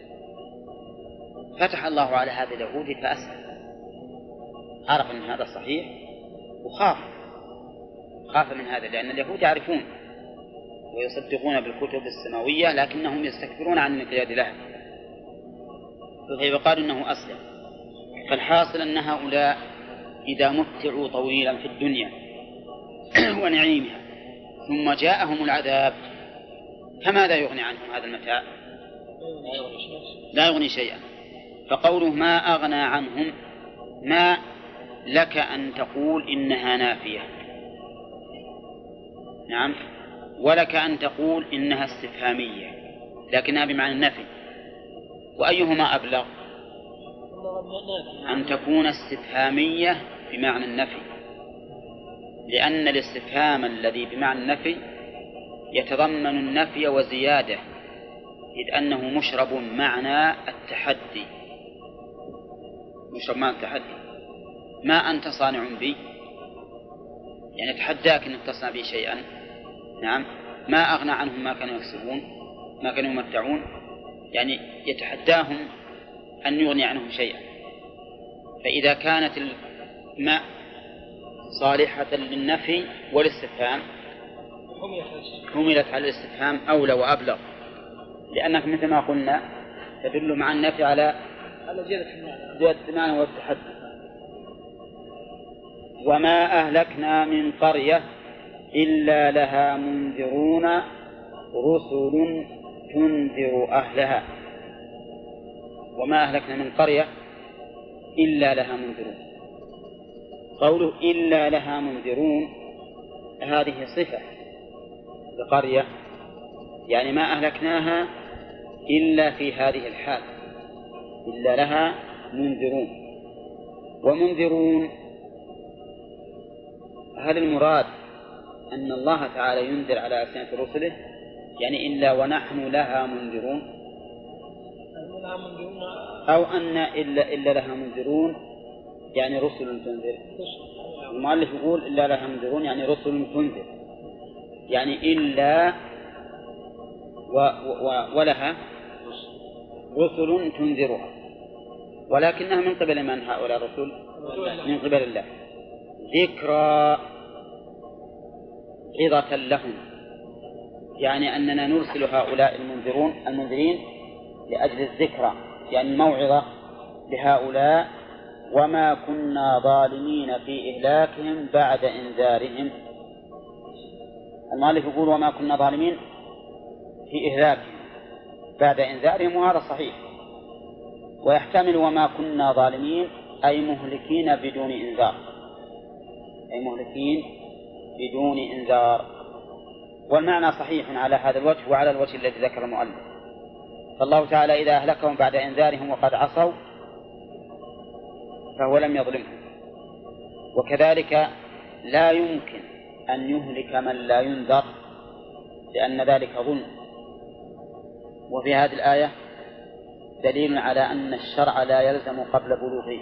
فتح الله على هذا اليهودي فأسلم، عرف أن هذا صحيح وخاف خاف من هذا، لأن اليهود يعرفون ويصدقون بالكتب السماوية لكنهم يستكبرون عن الانقياد لها، فيقال إنه أسلم. فالحاصل أن هؤلاء إذا متعوا طويلا في الدنيا ونعيمها ثم جاءهم العذاب فماذا يغني عنهم هذا المتاع؟ لا يغني شيئا. فقوله ما أغنى عنهم، ما لك أن تقول إنها نافية، نعم، ولك أن تقول إنها استفهامية لكنها بمعنى النفي، وأيهما أبلغ؟ أن تكون استفهامية بمعنى النفي، لأن الاستفهام الذي بمعنى النفي يتضمن النفي وزيادة، إذ أنه مشرب معنى التحدي، مشرب معنى التحدي. ما أنت صانع بي، يعني تحداك أنك تصنع بي شيئا، نعم، ما أغنى عنهم ما كانوا يكسبون ما كانوا يمتعون، يعني يتحداهم أن يغني عنهم شيئا. فإذا كانت الماء صالحة للنفي والاستفهام حملت على الاستفهام أولى وأبلغ، لأنك مثل ما قلنا تدل مع النفي على زيادة المعنى والتحدي. وما أهلكنا من قرية إلا لها منذرون رسل تنذر أهلها. وما أهلكنا من قرية إلا لها منذرون، قوله إلا لها منذرون هذه صفة لقرية، يعني ما أهلكناها إلا في هذه الحال، إلا لها منذرون. ومنذرون هل المراد أن الله تعالى ينذر على ألسنة رسله، يعني إلا ونحن لها منذرون، أو أن إلا, إلا لها منذرون يعني رسل تنذر؟ المؤلف يقول إلا لها منذرون يعني رسل تنذر، يعني إلا و و ولها رسل تنذرها، ولكنها من قبل من هؤلاء الرسل؟ من قبل الله، ذكرى عظة لهم، يعني أننا نرسل هؤلاء المنذرون المنذرين لأجل الذكرى، يعني الموعظة لهؤلاء. وما كنا ظالمين في إهلاكهم بعد إنذارهم. المؤلف يقول وما كنا ظالمين في إهلاكهم بعد إنذارهم، وهذا صحيح، ويحتمل وما كنا ظالمين أي مهلكين بدون إنذار، أي مهلكين بدون إنذار، والمعنى صحيح على هذا الوجه وعلى الوجه الذي ذكر المؤلف. فالله تعالى إذا أهلكهم بعد إنذارهم وقد عصوا فهو لم يظلمهم، وكذلك لا يمكن أن يهلك من لا ينذر لأن ذلك ظلم. وفي هذه الآية دليل على أن الشرع لا يلزم قبل بلوغه،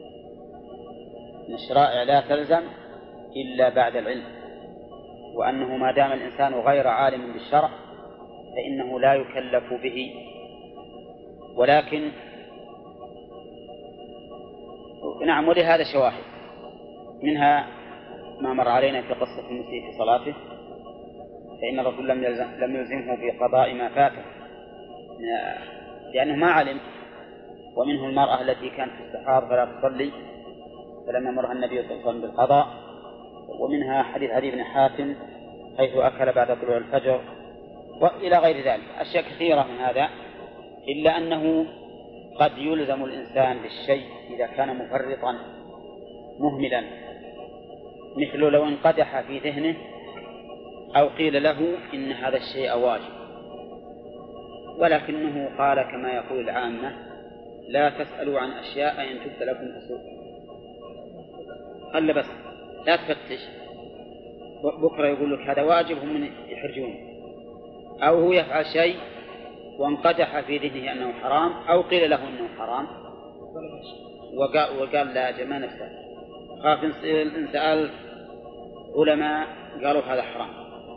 أن الشرائع لا تلزم إلا بعد العلم، وأنه ما دام الإنسان غير عالم بالشرع فإنه لا يكلف به. ولكن نعم، ولهذا شواهد، منها ما مر علينا في قصة المسيء في صلاته، فإن الرسول لم يلزم لم يلزمه بقضاء ما فاته لأنه ما علم. ومنه المرأة التي كانت في السحار فلا تصلي فلما مرها النبي صلى الله عليه وسلم بالقضاء. ومنها حديث عدي بن حاتم حيث أكل بعد طلوع الفجر، وإلى غير ذلك أشياء كثيرة من هذا، إلا أنه قد يلزم الإنسان بالشيء إذا كان مفرطا مهملا، مثل لو انقدح في ذهنه أو قيل له إن هذا الشيء واجب، ولكنه قال كما يقول العامة لا تسألوا عن أشياء إن تبت لكم تسوء، قال بس لا تفتش، بكرة يقول لك هذا واجب هم يحرجون، أو هو يفعل شيء وانقدح في ذهنه أنه حرام أو قيل له أنه حرام وقال, وقال لا جمع نفسه، خاف إن سأل علماء قالوا هذا حرام،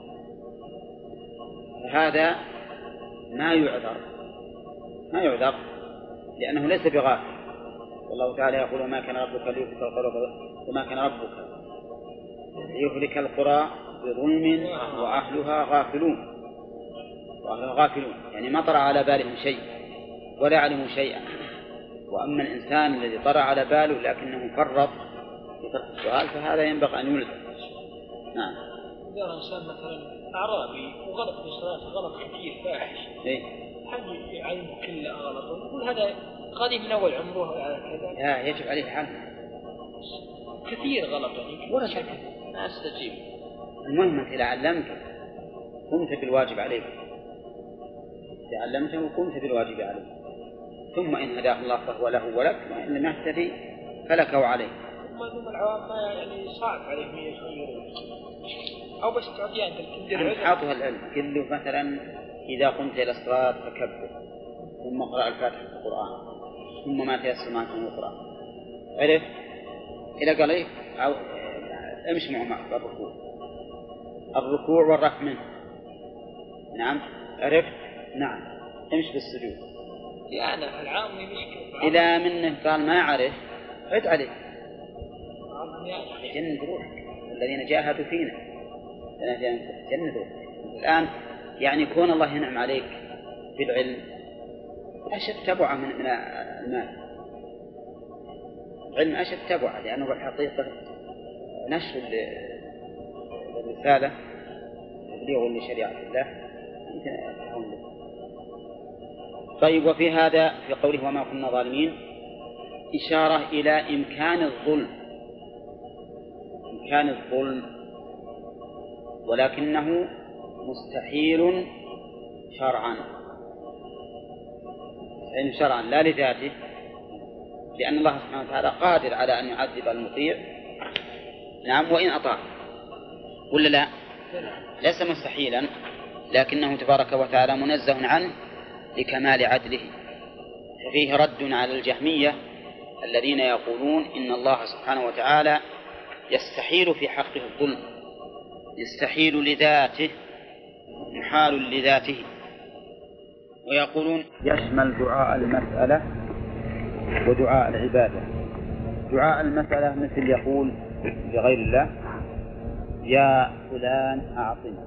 هذا ما يعذر ما يعذر لأنه ليس بغافل. والله تعالى يقول وما كان ربك ليهلك القرى وما كان ربك ليهلك القرى بظلم وأهلها غافلون، وأهلها غافلون يعني ما طرأ على بالهم شيء ولا علموا شيئا. وأما الإنسان الذي طرأ على باله لكنه فرط في طرح السؤال فهذا ينبغي أن يلزم. نعم. إذا إنسان مثلا أعرابي وغلط في صلاته غلط كثير فاحش، إيه؟ هل يعلم كله غلط؟ يقول هذا قديم من أول عمره على كذا. لا يجب عليه حل. كثير غلط يعني. ولا شك. ما أستجيب. المهم أنت إذا علمت قمت بالواجب عليك. إذا علمته قمت بالواجب عليك. ثم إن هداه الله فهو له ولك، وإن لم يهتدي فلك وعليه. ثم ثم العوام ما يعني صعب عليهم يغيرون. أو بس تعطيه أنت تدير. حاطها العلم. قل له مثلا إذا قمت إلى الصلاة فكبر، ثم اقرأ الفاتحة في القرآن، ثم ما تيسر معك من القرآن. عرف؟ إذا قال إيه امشي معه معك الركوع الركوع والرفع منه، نعم عرفت نعم امش بالسجود يعني العام مشكلة إذا منه قال ما عرف عد عليه جند روحك الذين جاهدوا فينا جند روحك. الآن يعني كون الله ينعم عليك بالعلم أشد تبعه من من المال. العلم أشد تبعه لأنه بالحقيقة نشر الرسالة تبليغ لشريعة الله. طيب وفي هذا في قوله وما كنا ظالمين إشارة إلى إمكان الظلم إمكان الظلم ولكنه مستحيل شرعا مستحيل شرعا لا لذاته لأن الله سبحانه وتعالى قادر على أن يعذب المطيع نعم وإن أطاع ولا لا ليس مستحيلا لكنه تبارك وتعالى منزه عنه لكمال عدله. ففيه رد على الجهمية الذين يقولون إن الله سبحانه وتعالى يستحيل في حقه الظلم يستحيل لذاته محال لذاته ويقولون يشمل دعاء المسألة ودعاء العبادة. دعاء المسألة مثل يقول لغير الله يا فلان أعطني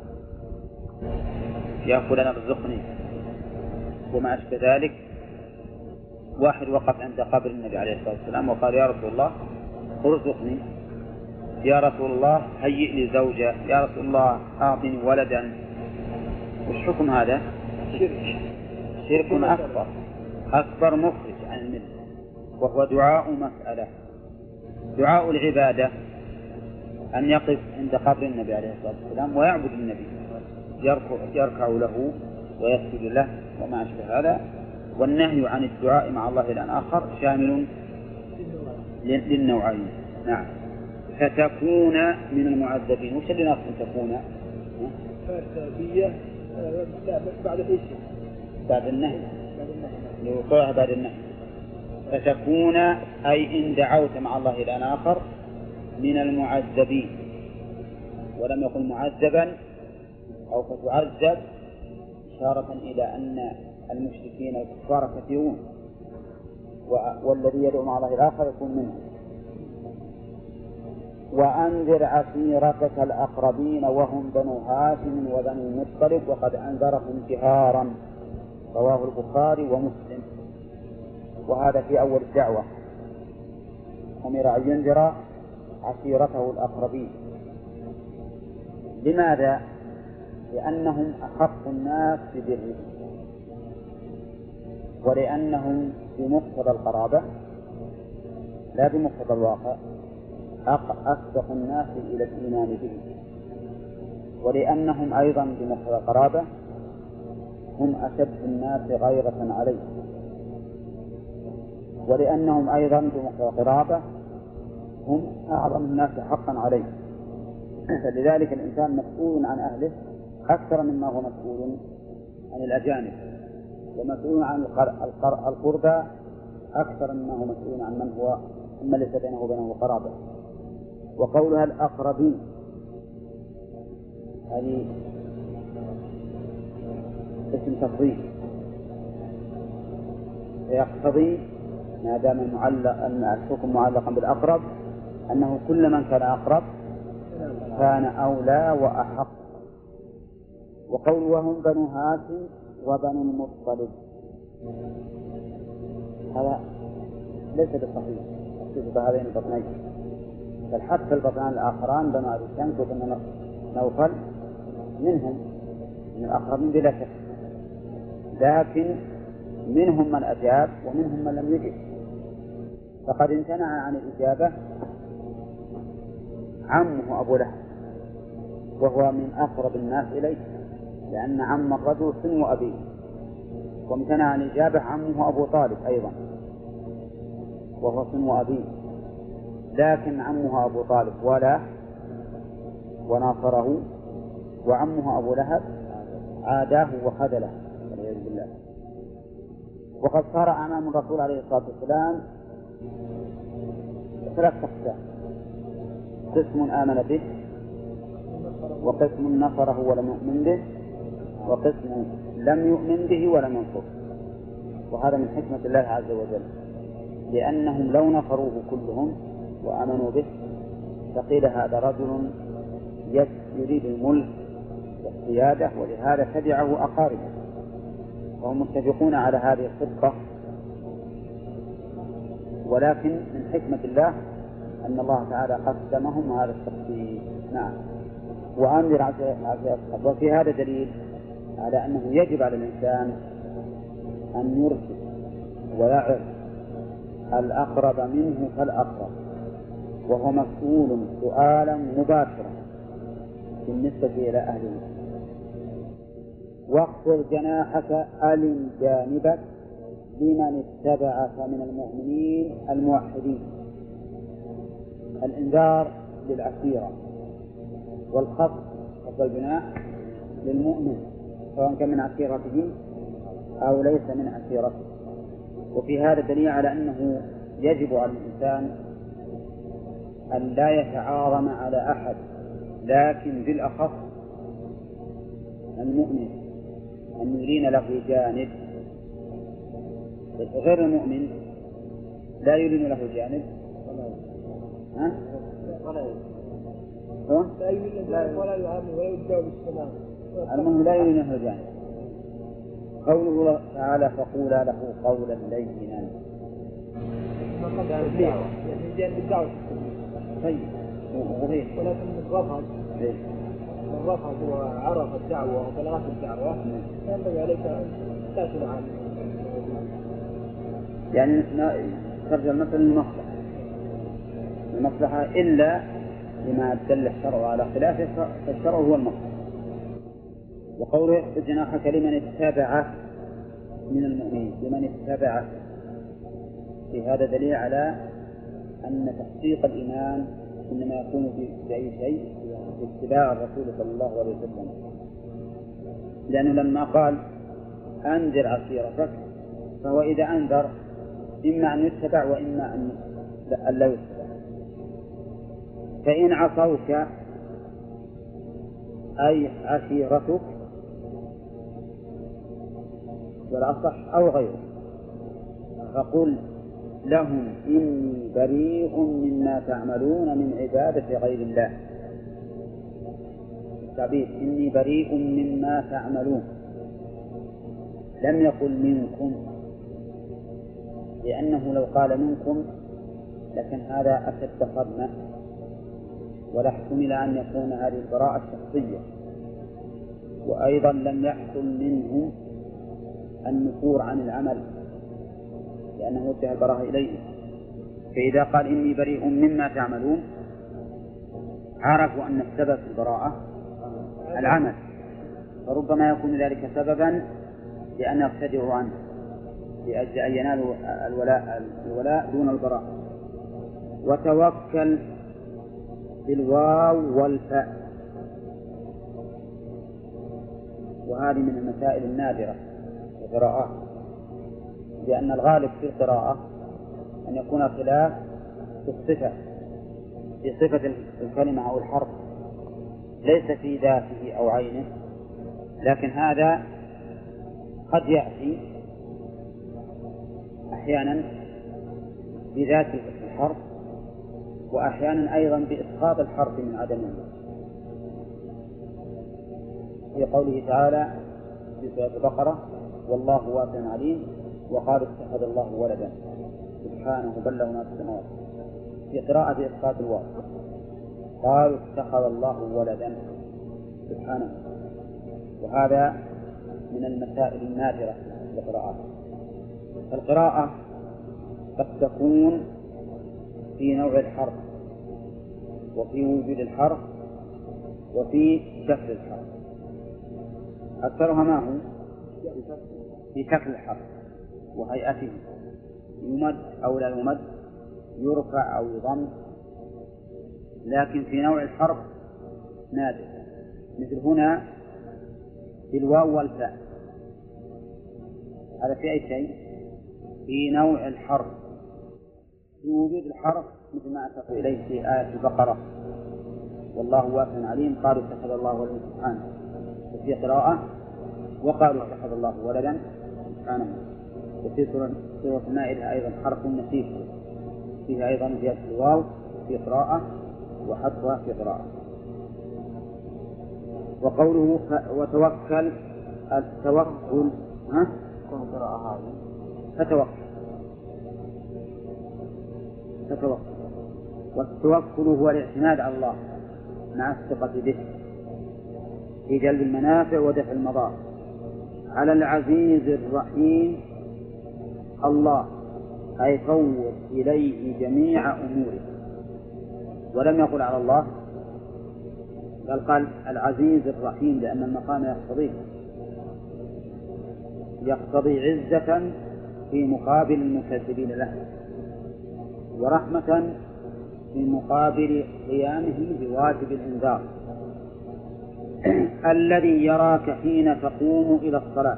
يا فلان ارزقني وما أشبه ذلك. واحد وقف عند قبر النبي عليه الصلاة والسلام وقال يا رسول الله ارزقني يا رسول الله هيئ لي زوجة يا رسول الله أعطني ولدا. وش حكم هذا؟ شرك شرك أكبر أكبر مخرج عن الملة وهو دعاء مسألة. دعاء العبادة أن يقف عند قبر النبي عليه الصلاة والسلام ويعبد النبي يركع, يركع له ويسجد له وما أشبه هذا. والنهي عن الدعاء مع الله الآن آخر شامل للنوعين. نعم فتكون من المعذبين. وش اللي ناقص تكون؟ فارتابية بعد ايش؟ بعد النهي لوقوعها بعد النهي. فتكون أي إن دعوت مع الله الآن آخر من المعذبين ولم يقل معذبا أو فتعذب إشارة إلى أن المشركين الكفار كثيرون والذي يدعو مع الله الآخر يكون منهم. وأنذر عشيرتك الأقربين وهم بنو هاشم وبنو المطلب وقد أنذرهم جهارا رواه البخاري ومسلم. وهذا في أول الدعوة أمر أن ينذر عشيرته الأقربين. لماذا؟ لأنهم أحق الناس ببرهم ولأنهم بمقتضى القرابة لا بمقتضى الواقع أسبق الناس إلى الإيمان به ولأنهم أيضا بمقتضى القرابة هم أشد الناس غيرة عليه ولأنهم أيضا بمقتضى القرابة هم أعظم الناس حقا عليه. فلذلك الإنسان مسؤول عن أهله أكثر مما هو مسؤول عن الأجانب ومسؤول عن القربى أكثر مما هو مسؤول عن من هو ثم ليس بينه وبينه قرابة. وقولها الأقربين هذه اسم تفضيل يقتضي ما دام المعلق الحكم معلقا بالأقرب أنه كل من كان أقرب كان أولى وأحق. وقول وهم بنو هاشم وبنو المطلب هذا ليس بالصحيح خصوص هذين البطنين بل حتى البطنان الآخران بنو أبي شمس وبنو نوفل منهم من الأقربين بلا شك لكن منهم من أجاب ومنهم من لم يجب. فقد امتنع عن الإجابة عمه أبو لهب وهو من أقرب الناس إليه لأن عم الرجل سن أبيه. وامتنع عن الإجابة عمه أبو طالب أيضا وهو سن أبيه لكن عمه أبو طالب ولا وناصره وعمه أبو لهب عاداه وخذله والعياذ بالله. وقد صار أمام الرسول عليه الصلاة والسلام ثلاث أقسام قسم آمن به وقسم نصره ولم يؤمن به وقسم لم يؤمن به ولم ينصره، وهذا من حكمة الله عز وجل، لأنهم لو نصروه كلهم وآمنوا به فقيل هذا رجل يريد الملك والسيادة ولهذا تبعه أقاربه، وهم متفقون على هذه الخطة. ولكن من حكمة الله أن الله تعالى قسمهم هذا التقسيم. نعم. وأنذر عشيرتك. وفي هذا دليل على أنه يجب على الإنسان أن يرشد ويعظ الأقرب منه فالأقرب، وهو مسؤول سؤالا مباشرا بالنسبة إلى أهله. واخفض جناحك ألن جانبك لمن اتبعك من المؤمنين الموحدين. الإنذار للعشيرة، والخفض خفض الجناح للمؤمن سواء كان من عشيرته أو ليس من عشيرته. وفي هذا دليل على أنه يجب على الإنسان أن لا يتعاظم على أحد، لكن بالأخص المؤمن أن يلين له جانب، غير المؤمن لا يلين له جانب. ها؟ لا يلين له ولا يعامل ولا يدعو بالسلام. المهم لا يلين له جانب. قوله تعالى فقولا له قولا لينا. يعني جانب الدعوة. طيب. ولكن الرفض الرفض وعرف الدعوة وبلغت الدعوة ينبغي عليك أن تأكل عنه. يعني ترجع مثل المصلحة المصلحة إلا لما دل الشرع على خلافه، فالشرع هو المصلحة. وقوله جناحك لمن اتبعه من المؤمنين، لمن اتبعه، في هذا دليل على أن تحقيق الإيمان إنما يكون بأي شيء باتباع الرسول صلى الله عليه وسلم، لأنه لما قال أنذر عشيرتك فهو إذا أنذر إما أن يتبع وإما أن لا يتبع. فإن عصوك أي عشيرتك والأصح أو غيره فقل لهم إني بريء مما تعملون من عبادة غير الله. التعبير إني بريء مما تعملون، لم يقل منكم، لأنه لو قال منكم لكن هذا أشد صدمة، ولا احتمل أن يكون هذه البراءة الشخصية، وأيضا لم يحصل منهم النفور عن العمل لأنه وجه البراءة إليه. فإذا قال إني بريء مما تعملون عرفوا أن السبب في البراءة العمل، فربما يكون ذلك سببا لأن يرتدعوا عنه لأجل أن ينالوا الولاء, الولاء دون البراء. وتوكل بالواو والفاء، وهذه من المسائل النادرة في القراءات، لأن الغالب في القراءة أن يكون خلاف في الصفة، في صفة الكلمة أو الحرف، ليس في ذاته أو عينه، لكن هذا قد يأتي أحيانا بذات الحرف وأحيانا أيضا بإسقاط الحرف من عدمه. في قوله تعالى في سورة البقرة والله واسع عليم وقال اتخذ الله ولدا سبحانه بل له ما في السماوات، في قراءة إسقاط الواو قالوا اتخذ الله ولدا سبحانه، وهذا من المسائل النادرة في القراءات. القراءة قد تكون في نوع الحرف وفي وجود الحرف وفي شكل الحرف، أكثرها ما هو في شكل الحرف وهيئته، يمد أو لا يمد، يرفع أو يضم، لكن في نوع الحرف نادر، مثل هنا في الواو والفاء، هذا في أي شيء في نوع الحرف، في وجود الحرف مثل ما أشرت إليه في آية البقرة والله واسع عليم قالوا اتخذ الله ولدا سبحانه، وفي قراءة وقالوا اتخذ الله ولدا سبحانه. وفي سورة المائدة أيضا حرف نسيب فيها أيضا زيادة الواو في قراءة وحذفها في قراءة. وقوله وتوكل التوكل ها تكون قراءة هذه فتوكل فتوكل والتوكل هو الاعتماد على الله مع الثقة به في جلب المنافع ودفع المضار على العزيز الرحيم الله، أي فوض إليه جميع أموره. ولم يقل على الله، بل قال العزيز الرحيم لأن المقام يقتضيه يقتضي عزة في مقابل المكذبين له، ورحمة في مقابل قيامه بواجب الإنذار. الذي يراك حين تقوم إلى الصلاة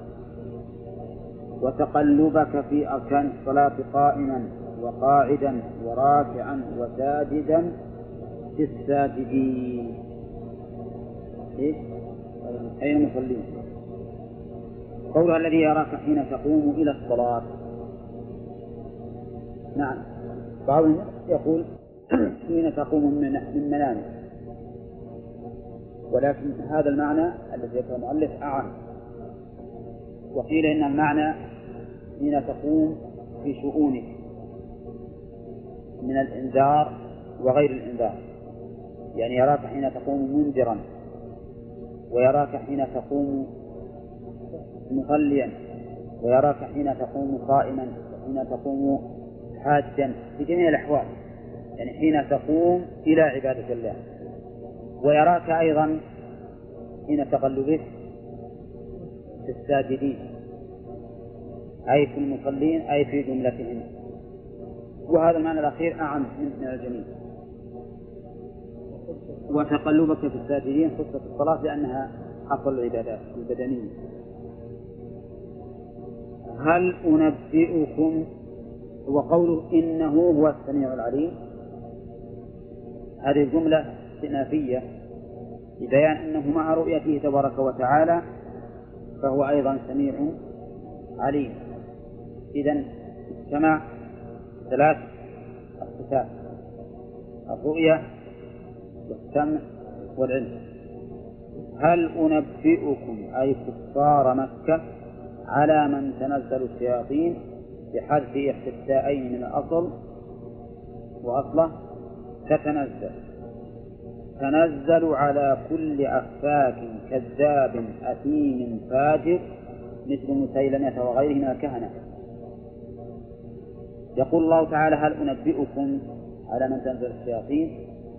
وتقلبك في أركان الصلاة قائما وقاعدا وراكعا وساجدا في الساجدين. إيه؟ أي المصلين. قول الذي يراك حين تقوم إلى الصلاة، نعم بعض يقول حين تقوم من منامك، ولكن هذا المعنى الذي ذكره المؤلف أعم. وقيل إن المعنى حين تقوم في شؤونك من الإنذار وغير الإنذار، يعني يراك حين تقوم منذرا، ويراك حين تقوم مصليا، ويراك حين تقوم قائما، وحين تقوم حاجا، في جميع الأحوال، يعني حين تقوم إلى عبادة الله. ويراك أيضا حين تقلبك في الساجدين، أي في المصلين، أي في جملتهم. وهذا المعنى الأخير أعم من الجميع. وتقلبك في الساجدين خصوصا في الصلاة لأنها أفضل العبادات البدنية. هل أنبئكم، وقوله إنه هو السميع العليم، هذه الجملة استئنافية لبيان أنه مع رؤيته تبارك وتعالى فهو أيضا سميع عليم. إذن السمع ثلاث الصفات: الرؤية والسمع والعلم. هل أنبئكم أي كفار مكة على من تنزل الشياطين بحذف إحدى التاءين من الأصل، وأصله تتنزل، تنزل على كل أفاك كذاب أثيم فاجر مثل مسيلمة وغيره من الكهنة. يقول الله تعالى هل أنبئكم على من تنزل الشياطين،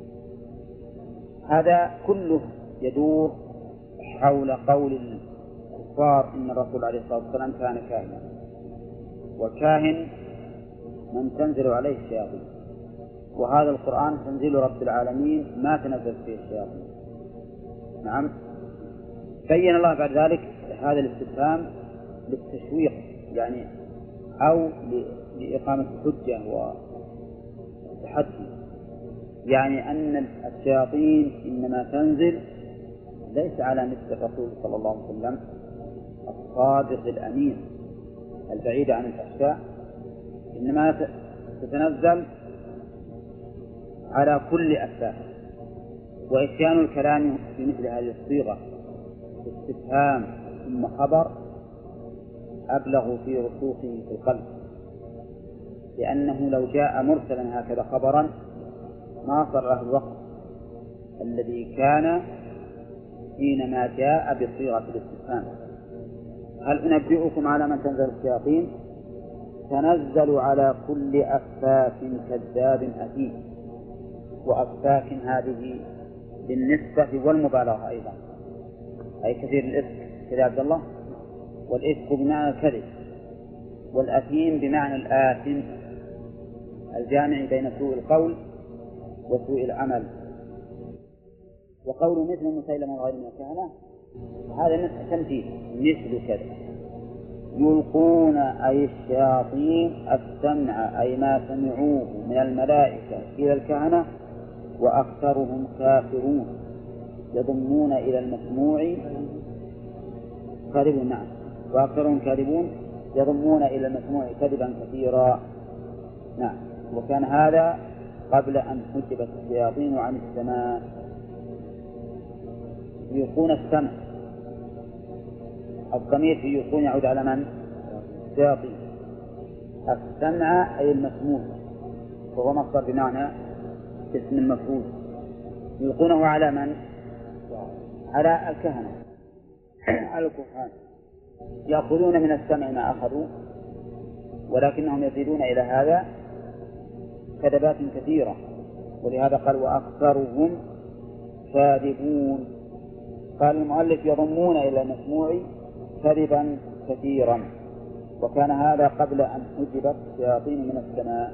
هذا كله يدور حول قول الكفار إن الرسول عليه الصلاة والسلام كان كاهنا، والكاهن من تنزل عليه الشياطين، وهذا القرآن تنزيل رب العالمين ما تنزل فيه الشياطين. نعم. بين الله بعد ذلك هذا الاستفهام للتشويق يعني أو لإقامة الحجة والتحدي، يعني أن الشياطين إنما تنزل ليس على مثل الرسول صلى الله عليه وسلم الصادق الأمين البعيد عن الفحشاء، إنما تتنزل على كل أفاك. وإتيان الكلام في مثل هذه الصيغة استفهام ثم خبر أبلغ في رسوخه في القلب، لأنه لو جاء مرسلا هكذا خبرا ما صار له الوقت الذي كان حينما جاء بصيغة الاستفهام. هل أنبئكم على من تنزل الشياطين، تنزل على كل أفاك كذاب أثيم. وأفاك هذه بالنسبة والمبالغة أيضا، أي كثير الإفك كذا عبد الله، والإفك بمعنى الكذب، والأثيم بمعنى الآثم الجامع بين سوء القول وسوء العمل. وقول مثل مسيلمة وغير من الكهنة هذا تمثيل مثل كذا. يلقون أي الشياطين السمع أي ما سمعوه من الملائكة إلى الكهنة، وأكثرهم كافرون، يضمون إلى المسموع كاذبون نعم، وأكثرهم كاذبون يضمون إلى المسموع كذبا كثيرا. نعم. وكان هذا قبل أن حجبت الشياطين عن السماء. يلقون السمع، الضمير في يلقون يعود على من؟ الشياطين. السمع أي المسموع، وهو مصدر بمعنى اسم المفعول. يلقونه على من؟ على الكهنة، على الكهان. يأخذون من السمع ما أخذوا، ولكنهم يزيدون إلى هذا كذبات كثيرة، ولهذا قال وأكثرهم كاذبون. قال المؤلف يضمون إلى المسموع كذبا كثيرا، وكان هذا قبل أن حجبت الشياطين من السماء.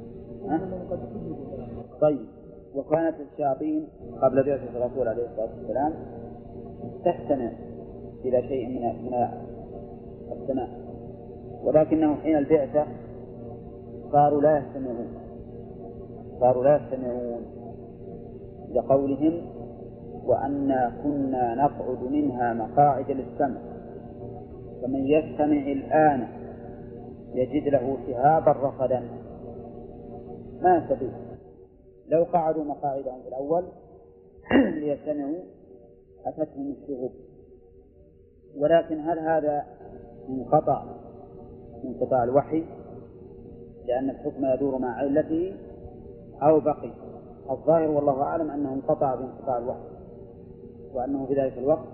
طيب، وكانت الشياطين قبل بعثة الرسول عليه الصلاة والسلام تستمع إلى شيء من من السماء، ولكنه حين البعثة صاروا لا يستمعون صاروا لا يستمعون لقولهم وأنا كنا نقعد منها مقاعد للسمع فمن يستمع الآن يجد له شهابا رصدا. ما يستطيع. لو قعدوا مقاعدهم في الأول ليستمعوا أتتهم الشهوب، ولكن هل هذا انقطع انقطاع الوحي لأن الحكم يدور مع علته أو بقي؟ الظاهر والله أعلم أنه انقطع بانقطاع الوحي، وأنه في ذلك الوقت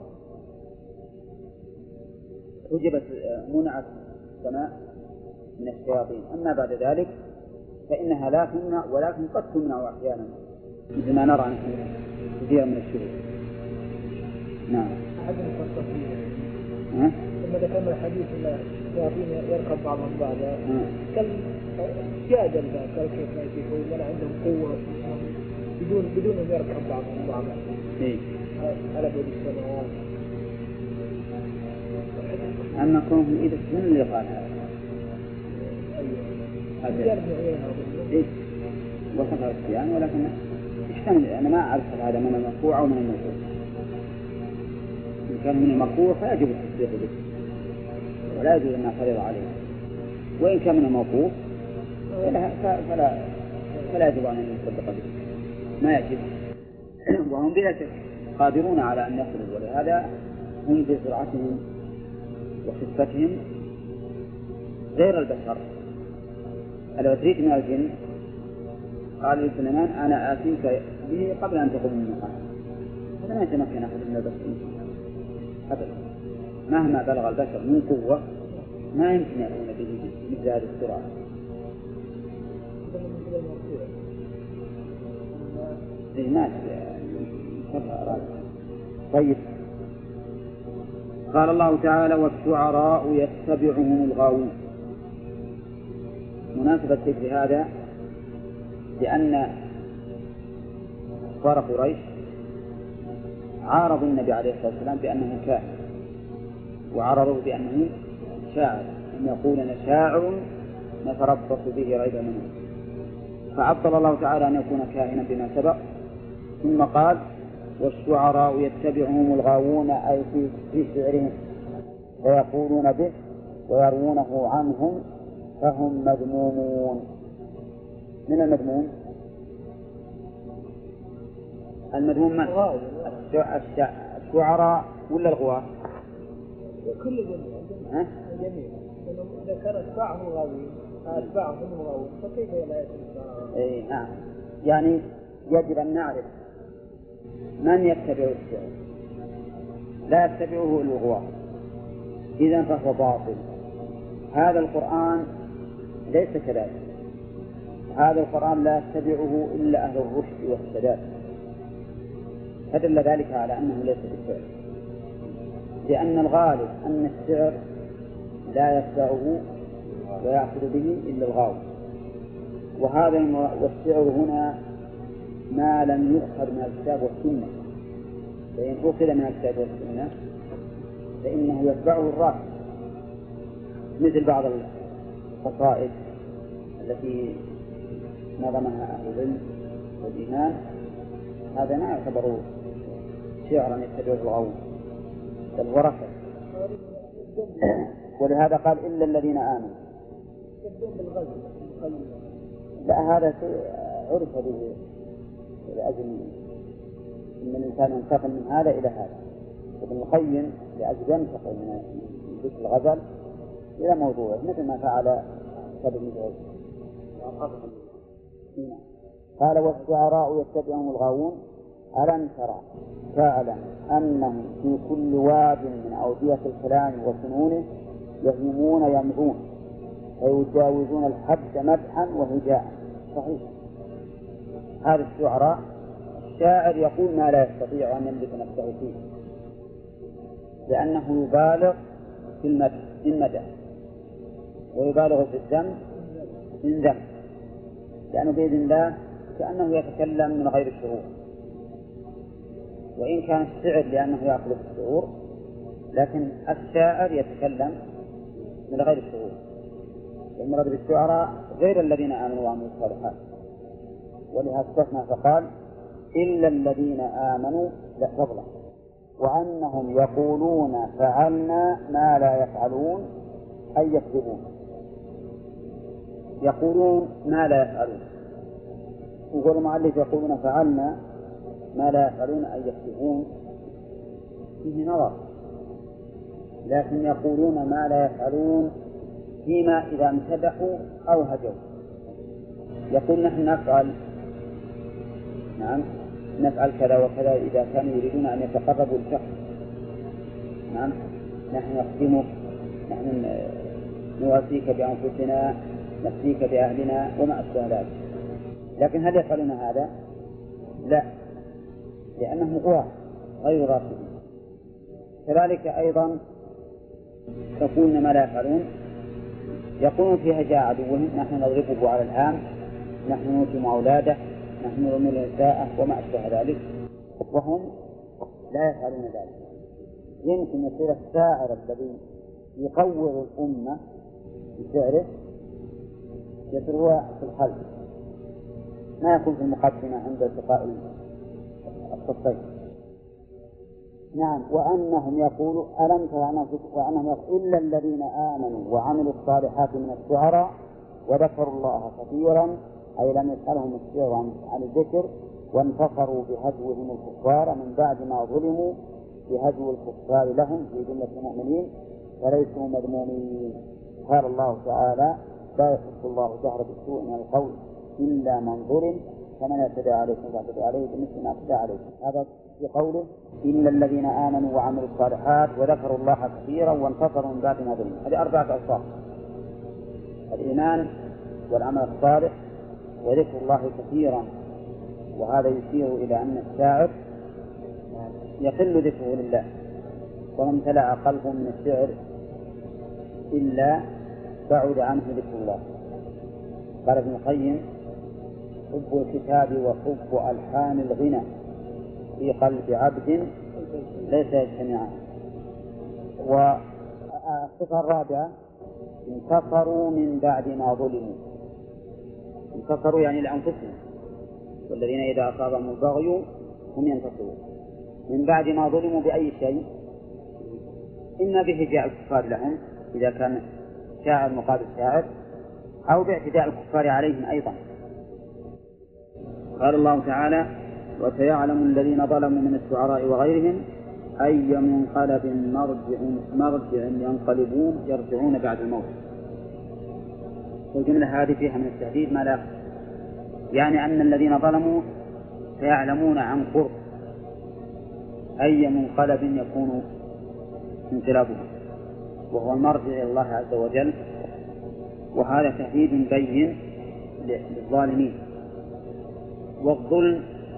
حجبت منعت السماء من الشياطين. أما بعد ذلك فإنها لا تمنع، ولكن قد تمنع أحيانا مثل ما نرى كثيرا من الشهور. نعم. أحد المفسرين ها؟ لما ذكرنا الحديث أن الشياطين يركب بعضهم بعضا قال جادل قال كيف لا يشوفون ولا عندهم قوة بدون بدون أن يركب بعضهم بعضا. إيه. على بعد السماوات. أما كونهم إذا من اللي قال هذا؟ هذا. إيه. وصف الصيام، ولكن يحتمل. أنا ما أعرف هذا من المرفوع أو من الموقوف. إن كان من المرفوع فيجب التصديق به ولا يجوز أن نعترض عليه، وإن كان من الموقوف فلا فلا فلا يجب أن نصدق به، ما يجب. وهم بلا شك قادرون على أن يخرجوا، ولهذا هم بسرعتهم وخفتهم غير البشر. العفريت من الجن قال لسليمان أنا آتيك به قبل أن تقوم من مقام. هذا ما يتمكن أحد من البشر أبدا، مهما بلغ البشر من قوة ما يمكن يكون به مثل هذه السرعة. إيه ما طيب. قال الله تعالى والشعراء يتبعهم الغاوون. مناسبة ذكر هذا لأن كفار قريش عارضوا النبي عليه الصلاة والسلام بأنه كاهن، وعرضوا بأنه شاعر، أن يقول أنا شاعر نتربص به ريب منه، فعطل الله تعالى أن يكون كاهنا بما سبق، ثم قال والشعراء يتبعهم الغاوون أي في شعرهم ويقولون به ويروونه عنهم فهم مذمومون. من المذموم؟ المذموم من؟ الشعراء ولا الغواة؟ كل جميع جميع إذا كان أتباعهم غاوين أتباعهم غاوين فكيف لا يتبع؟ إيه نعم. يعني يجب أن نعرف من يتبع الشعر، لا يتبعه الغواة، إذن فهو باطل. هذا القرآن ليس كذلك، هذا القرآن لا يتبعه إلا أهل الرشد والسداد، فدل ذلك على أنه ليس بالشعر، لأن الغالب أن الشعر لا يتبعه ويأخذ به إلا الغاوي. وهذا والشعر هنا ما لم يؤخذ من الكتاب والسنة، فإن أخذ من الكتاب والسنة فإنه يتبعه الراس، مثل بعض القصائد التي نظمها أهل العلم والإيمان، هذا ما يعتبر شعرا يتبعه الغاوي بل ورثة. ولهذا قال إلا الذين آمنوا. يبدون بالغزو المخيم. لا هذا عرف به لأجل أن الإنسان ينتقل من هذا إلى هذا، والمخيم لأجل ينتقل من ذكر الغزل إلى موضوعه مثل ما فعل سبب الجوز. قال والشعراء يتبعهم الغاوون ألم ترى فاعلم أنهم في كل واد من أودية الكلام وفنونه يهيمون يمضون ويجاوزون الحد مدحا وهجاء. صحيح، هذا الشعراء الشاعر يقول ما لا يستطيع أن يملك نفسه فيه، لأنه يبالغ في المدح المدح ويبالغ في الذم من ذم، لأنه بإذن الله كأنه يتكلم من غير الشعور، وإن كان الشعر لأنه يأخذ الشعور، لكن الشاعر يتكلم من غير الشعور. المراد بالشعراء غير الذين آمنوا وعملوا الصالحات، ولهذا استثنى فقال إلا الذين آمنوا لا فضلا وأنهم يقولون فعلنا ما لا يفعلون أي يكذبون. يقولون ما لا يفعلون، يقول المؤلف يقولون فعلنا ما لا يفعلون أي يكذبون، فيه نظر، لكن يقولون ما لا يفعلون فيما إذا امتدحوا أو هجوا. يقول نحن نفعل نعم نفعل كذا وكذا إذا كانوا يريدون أن يتقربوا لشخص، نعم نحن نخدمك، نحن نواسيك بأنفسنا، نفديك بأهلنا وما أشبه ذلك. لكن هل يفعلون هذا؟ لا، لأنهم غواة غير راشدين. كذلك أيضا يقولون ما لا يفعلون، يقولون في هجاء عدوهم نحن نضربه على الهام، نحن نوتم أولاده، نحن نرمي النساء وما أشبه ذلك، وهم لا يفعلون ذلك. يمكن يصير الشاعر الذي يقوض الأمة بشعره يصير هو في الخلف، ما يكون في المقدمة عند التقاء الصفين. نعم وأنهم يقولوا ألم تر وأنهم يقولوا إلا الذين آمنوا وعملوا الصالحات من الشعراء وذكروا الله كثيرا، أي لم يسألهم الشعر عن الذكر، وانتصروا بهجوهم الكفار من بعد ما ظلموا بهجو الكفار لهم في جملة المؤمنين فليسوا مذمومين. قال الله تعالى لا يحب الله جهر بالسوء من القول إلا من ظلم فمن اعتدى عليكم فاعتدى عليه بمثل ما اعتدى عليكم. هذا في قوله إلا الذين آمنوا وعملوا الصالحات وذكروا الله كثيرا وانتصروا من بعد ما ظلموا. هذه أربعة أوصاف: الإيمان والعمل الصالح وذكر الله كثيرا. وهذا يشير إلى أن الشاعر يقل ذكره لله، وما امتلأ قلبه من الشعر إلا بعد عنه ذكر الله. قال ابن القيم حب الكتاب وحب ألحان الغنى في قلب عبد ليس يجتمعان. والصفة الرابعة انتصروا من بعد ما ظلموا. انتصروا يعني لأنفسهم، والذين إذا أصابهم البغي هم ينتصرون من بعد ما ظلموا بأي شيء؟ إما بهجاء الكفار لهم إذا كان شاعر مقابل شاعر، أو باعتداء الكفار عليهم أيضا. قال الله تعالى وسيعلم الذين ظلموا من الشعراء وغيرهم أي منقلب مرجع, مرجع ينقلبون يرجعون بعد الموت. والجملة هذه فيها من التهديد ما لا، يعني أن الذين ظلموا سيعلمون عن قرب أي منقلب يكون انقلابهم، وهو المرجع إلى الله عز وجل. وهذا تهديد بين للظالمين. والظلم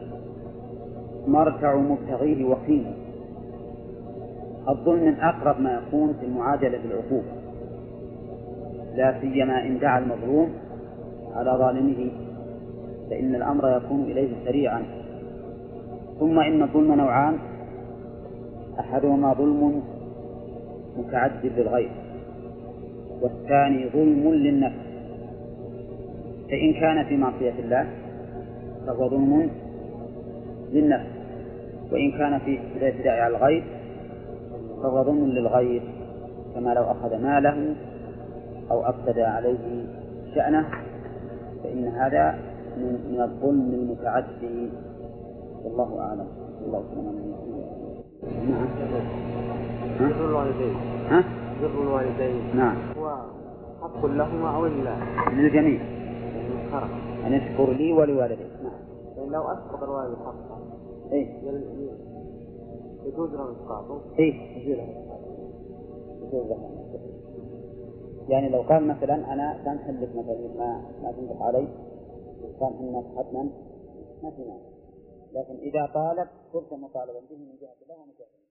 مرجع مبتغيه وخيمه. الظلم من أقرب ما يكون في المعادلة بالعقوبة، لا سيما إن دعا المظلوم على ظالمه فإن الأمر يكون إليه سريعا. ثم إن الظلم نوعان: أحدهما ظلم متعدد للغير، والثاني ظلم للنفس. فإن كان في معصية الله فهو ظلم للنفس، وإن كان في الاعتداء على الغير فهو ظلم للغير. كما لو أخذ ماله أو أفسد عليه شأنه، فإن هذا من الظلم المتعدي، والله أعلم. الله سبحانه وتعالى. نعم. بر الوالدين. ها؟ بر الوالدين. نعم. هو حق لهما أو لا؟ للجميع. المشترك. أن يشكر لي ولوالديه. نعم. يعني لو أسقط الوالد حقه. إيه. يجوز له إسقاطه. إيه. يجوز له. يجوز له. يعني لو قال مثلا أنا سامح لك مثلا ما ما تنطق علي، سامح الناس حتما، ما في مانع. لكن إذا طالب صرت مطالبا به من جهة الله ومن جهة الله.